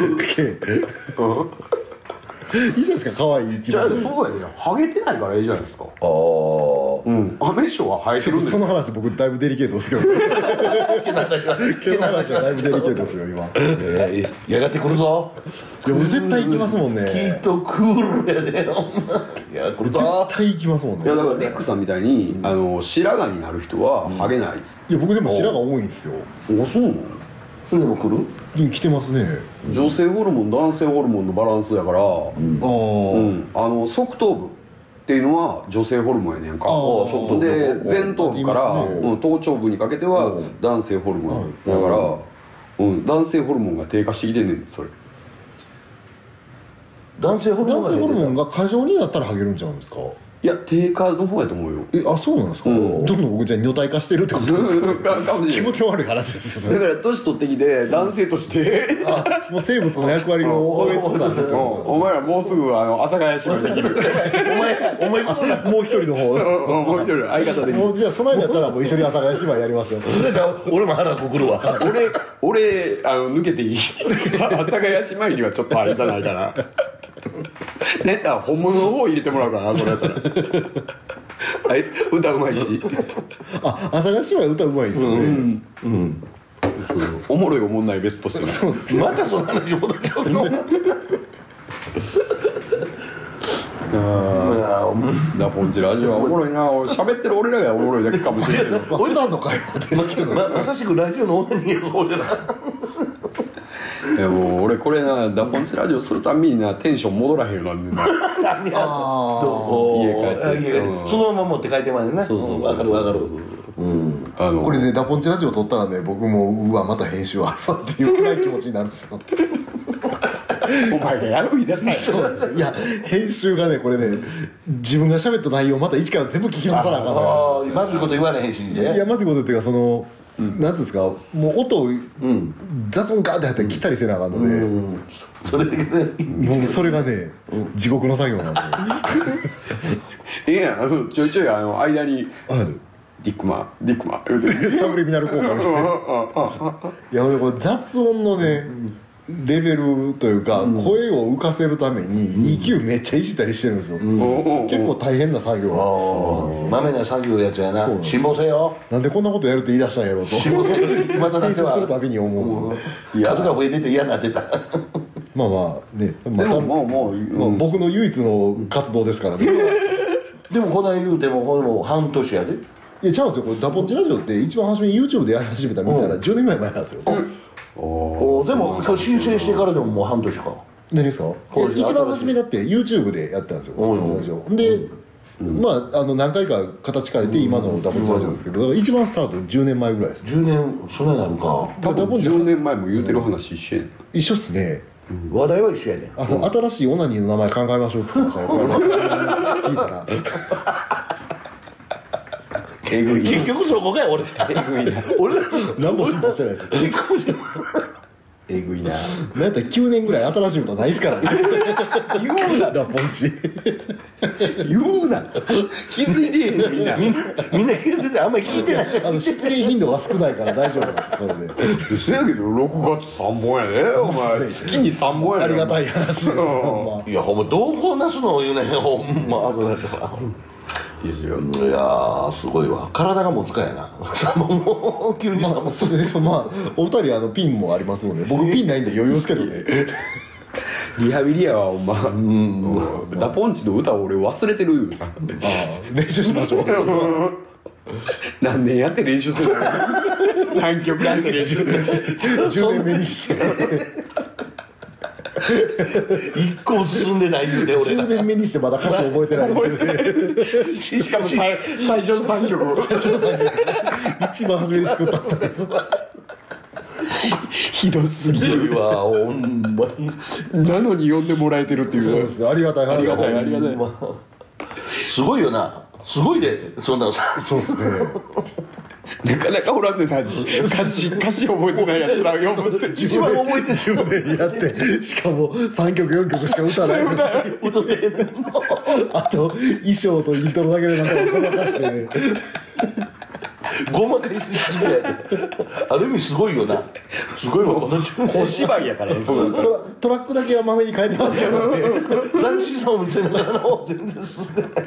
いいですか、可愛い。 じゃあそうやね、ハゲてないからいいじゃないですか。アメショは生えてるんですその話僕だいぶデリケートですけど。毛の話はだいぶデリケートですよ今。 やがて来るぞ。 いや絶対行きますもんね。 きっとクールやで。いやこれ絶対行きますもんね。 いやだからディックさんみたいに白髪になる人はハゲないです。 いや僕でも白髪多いんですよ。 あ、そうなの。 それでも来る？ 来てますね。 女性ホルモン男性ホルモンのバランスやから、側頭部っていうのは女性ホルモンやねんか。で前頭部から頭頂部にかけては男性ホルモンだから、男性ホルモンが低下してきてんねんそれ。 男性ホルモンが過剰になったらハゲるんちゃうんですか？ いや低下の方やと思うよ。 あ、そうなんですか。どんどん僕じゃあ女体化してるってことですか？気持ち悪い話ですよ。 だから年取ってきて男性としてもう生物の役割を終えつつある。 お前らもうすぐ阿佐ヶ谷姉妹できる。 お前もう一人の方。 もう一人相方できる。 もうじゃあその間やったらもう一緒に阿佐ヶ谷姉妹やりましょう。 俺も腹くくるわ。 俺抜けていい？阿佐ヶ谷姉妹にはちょっと間ないかな。ネタ本物の方入れてもらうからな、それやったら。はい、歌うまいし。 阿佐ヶ谷姉妹歌うまいですよね。 おもろいおもんない別としてね。 そうですね。 またその話戻ってくるの。 ダポンチラジオはおもろいな。喋ってる俺らがおもろいだけかもしれないけど。 俺らの会話ですけど、 まさしくラジオの女に俺ら。 いやもう俺これな、ダポンチラジオするたんびになテンション戻らへんようなんでな。 家帰ってそのまま持って帰ってまでね。分かる分かる。 これね、ダポンチラジオ撮ったらね、僕もうわまた編集あるわっていうくらい気持ちになるんですよ。 お前がやる言い出したそうなんですよ。いや編集がね、これね、自分が喋った内容また一から全部聞き直さなあかん。 まずいこと言われへんしね。 いやまずいことっていうか、そのなんていうんですか、もう音を雑音ガーって入ったら切ったりせなあかんので、もうそれがね地獄の作業なんですよ。 いやちょいちょい間にディックマン言うてサブリミナル効果みたいな。いやこれ雑音のねレベルというか、声を浮かせるために EQ めっちゃいじったりしてるんですよ。結構大変な作業なんですよ。 まめな作業やつやな。辛抱せよ。 なんでこんなことやるって言い出したんやろうと今となってはするたびに思う。 数が増えてて嫌になってた。 まあまあね、 でも僕の唯一の活動ですからね。 でもこない言うてもこれも半年やで。 いやちゃうんですよ、これダポンチラジオって一番初めに YouTube でやり始めたみたいな10年ぐらい前なんですよ。 でもそれ申請してからでももう半年か。 何ですか？一番初めだって YouTube でやってたんですよ、ダポンチラジオで、まあ何回か形変えて今のダポンチラジオですけど、だから一番スタート10年前ぐらいです。 10年そんなになるか。 多分10年前も言うてる話一緒っすね。 話題は一緒やね。 新しいオナニーの名前考えましょうって言ってましたね、これ聞いたら。 結局そこかよ俺。俺何も進歩してないです。 えぐいな。 なんやったら9年ぐらい新しい歌ないですからね。 言うなダポンチ言うな気づいてへんのみんな気づいてあんまり聞いてない。 出演頻度が少ないから大丈夫なんです、それで。 そやけど6月3本やでお前月に3本やでありがたい話です。ほんまいやほんまどうこうなすのを言うねほんま危ないから。 いいですよ。 いやーすごいわ、体が持つかやな。もう急にまあ、そうですね。まあお二人ピンもありますので、僕ピンないんで余裕ですけどね。 リハビリやわお前。ダポンチの歌を俺忘れてる。 ああ、練習しましょう。 何年やって練習するの。何曲やって練習。 10年目にして一個も進んでない言うて俺 10年目にしてまだ歌詞覚えてないですね。 しかも最初の3曲を一番初めに作ったひどすぎる。 いわほんまに。 なのに呼んでもらえてるっていう。 そうですね、ありがたい話。 ありがたいありがたい。 すごいよな、すごいでそんなのさ。 そうですね。 なかなかおらんねんな。歌詞覚えてないやつらを呼ぶって一番覚えてる 10年やって、しかも3曲4曲しか歌わない。 歌ってへんの。 あと衣装とイントロだけでなんかごまかしてね。 ごまかしすぎやで。ある意味すごいよな。すごいわこの小芝居やからね。 トラックだけはまめに変えてますけどね。 斬新さを見せながらの全然進んでない。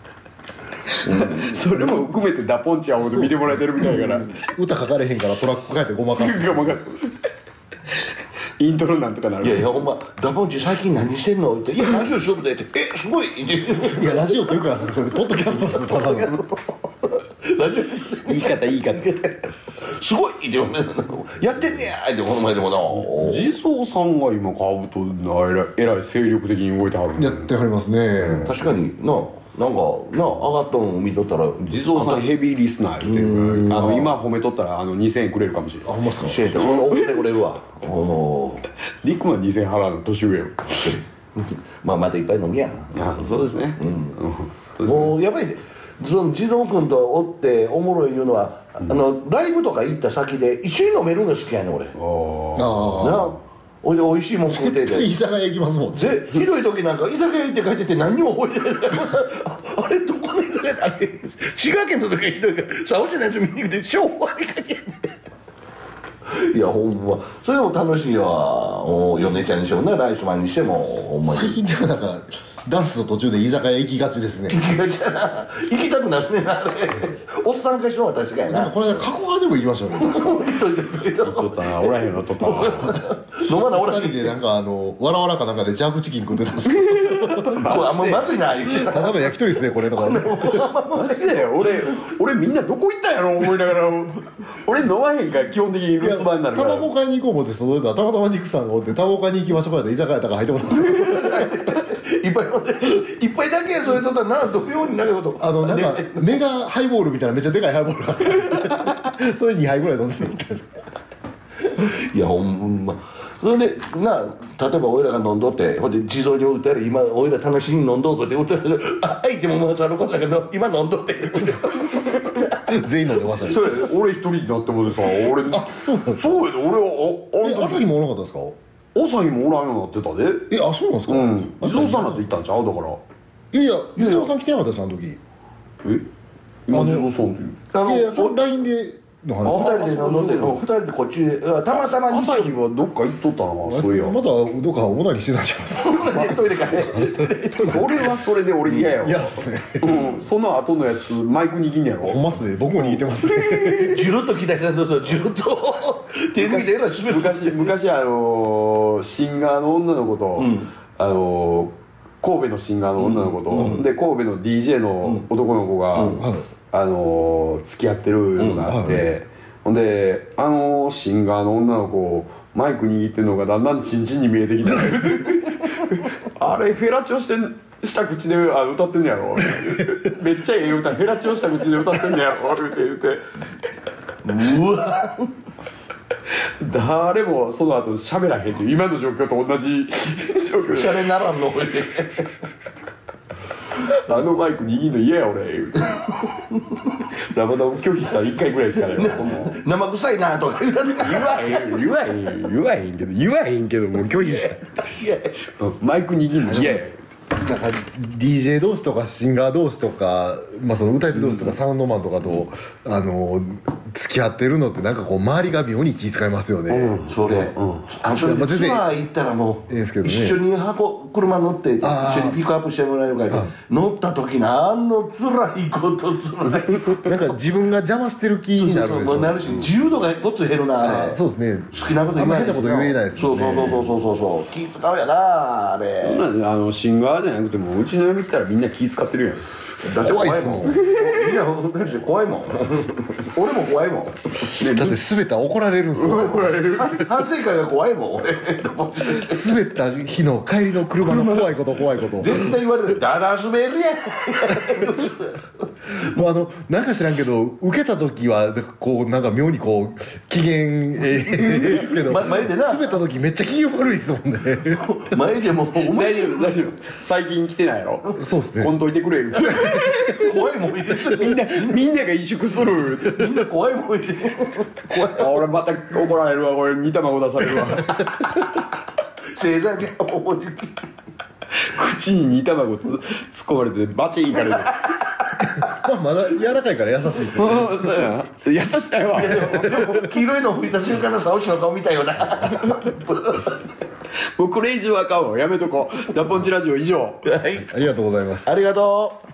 それも含めてダポンチはほんと見てもらえてるみたいから。 歌書かれへんからトラック変えてごまかす。 ごまかす。イントロなんとかなる。 いやいやほんまダポンチ最近何してんのって。いやラジオしようでってすごいって。 いやラジオっていうからそれポッドキャストですよ、ただの。 ラジオ言い方すごいってやってんねやってこの前でもな。 地蔵さんが今買うとえらい精力的に動いてはる。 やってはりますね。 確かになんか上がったの見とったら地蔵さんヘビーリスナー言ってる。今褒めとったら2000円くれるかもしれない。 あ、ほんまっすか。 教えて送ってくれるわ。 リックマン2000円払うの年上よ。 まあまたいっぱい飲みや。 そうですね。 もうやっぱりその地蔵君とおっておもろいいうのは、ライブとか行った先で一緒に飲めるのが好きやねん俺。 あなおいで美味しいもん食うてあ。居酒屋行きますもん。 ひどい時なんか居酒屋行って帰ってて何にも覚えてない。あれどこの居酒屋だあれ滋賀県の時はひどいから沙織ちゃんのやつ見に行って昭和にかけんねん。いやほんまそれでも楽しいわ。米ちゃんにしてもなライスマンにしてもほんまに最近ではなんかダンスの途中で居酒屋行きがちですね。 行きたくなるねんなあれ。おっさん化しのは確かやな。 これ加古川でも行きましたよね。 取ったな、おらへんの取ったな。 飲まなおら 2人でなんかわらわらかなんかでジャークチキン食ってたんですけど、 あんままずいな言うてただの焼き鳥ですねこれとか。 マジで俺みんなどこ行ったんやろ思いながら、俺飲まへんから基本的に留守番になるから。 タバコ買いに行こう思って外出たらたまたま肉さんがおって、タバコ買いに行きましょうかって居酒屋とか入ってもらったんですよ。 いっぱい飲んで一杯だけそれとったらなどようになることなんかメガハイボールみたいなめっちゃでかいハイボールがあってそれ2杯ぐらい飲んでいったんです。 いやほんまそれで例えば俺らが飲んどってほんで地蔵に歌える今俺ら楽しみに飲んどうぞって歌える相手もまずあることだけど今飲んどって全員飲んでましたね。 それ俺一人になってもでさ、俺そうなんですか。 そうやで、俺は朝日もおらなかったですか。 朝日もおらんようになってたで。 あ、そうなんですか。 地蔵さんなんて言ったんちゃうだから。 いや伊沢さん来てなかったですあの時。 今地蔵さんっていういやその LINE での話。 2人で飲んで2人でこっちでたまたま朝日はどっか行っとったな。そういやまだどっかオナニーしてたんちゃいます。 そんなにトイレかねそれはそれで俺嫌やわ。 いやっすね。 その後のやつマイク握んねやろ。 ほんまっすね。僕も握ってますね。 ジュルッと来た人とジュルッと手抜きでえらい滑る。 昔シンガーの女の子と神戸のシンガーの女の子とで神戸の DJ の男の子が付き合ってるのがあって、ほんでシンガーの女の子マイク握ってるのがだんだんチンチンに見えてきたあれフェラチオした口で歌ってんねやろめっちゃええ歌フェラチオした口で歌ってんねやろって言ってうわ誰もその後喋らへんっていう今の状況と同じ状況シャレならんの俺マイク握るの嫌や俺ラバダを拒否したら1回ぐらいしかないその生臭いなとか言わへんけどもう拒否したマイク握るの嫌やなんか DJ 同士とかシンガー同士とか、その歌い手同士とかサウンドマンとかと、付き合ってるのってなんかこう周りが妙に気遣いますよね、 それ、それでツアー行ったらもう一緒に車乗って一緒にピックアップしてもらえるから乗った時の辛いことするなんか自分が邪魔してる気になるでしょ。 なるし自由度がごっつ減るなあれ。 そうですね。 好きなこと言わない。 変なこと言えないですそう気使うやなあれ。 シンガーじゃなくてもうちの嫁来たらみんな気使ってるやん。 だって怖いもん。みんな怖いもん。俺も怖いもん。 だって滑ったら怒られるんですよ。 怒られる。 反省会が怖いもん俺。 滑った日の帰りの車の怖いこと絶対言われる。だだ滑るやん。 もうなんか知らんけど受けた時はこうなんか妙にこう機嫌ですけど前でな滑った時めっちゃ機嫌悪いですもんね前でも大丈夫最近来てないやろ。 そうですね。 こんといてくれ怖いもん見てみんなが萎縮するみんな怖いもん見て怖い。俺また怒られるわ。これ煮卵出されるわ正座に思う時期口に煮卵突っ込まれてバチンいかれるまだ柔らかいから優しいですよねそうやな。優しないわ。 でも黄色いのを吹いた瞬間の沙織の顔見たよなもうこれ以上はあかんわ。やめとこう。ダポンチラジオ以上。 はい、 ありがとうございました。 ありがとう。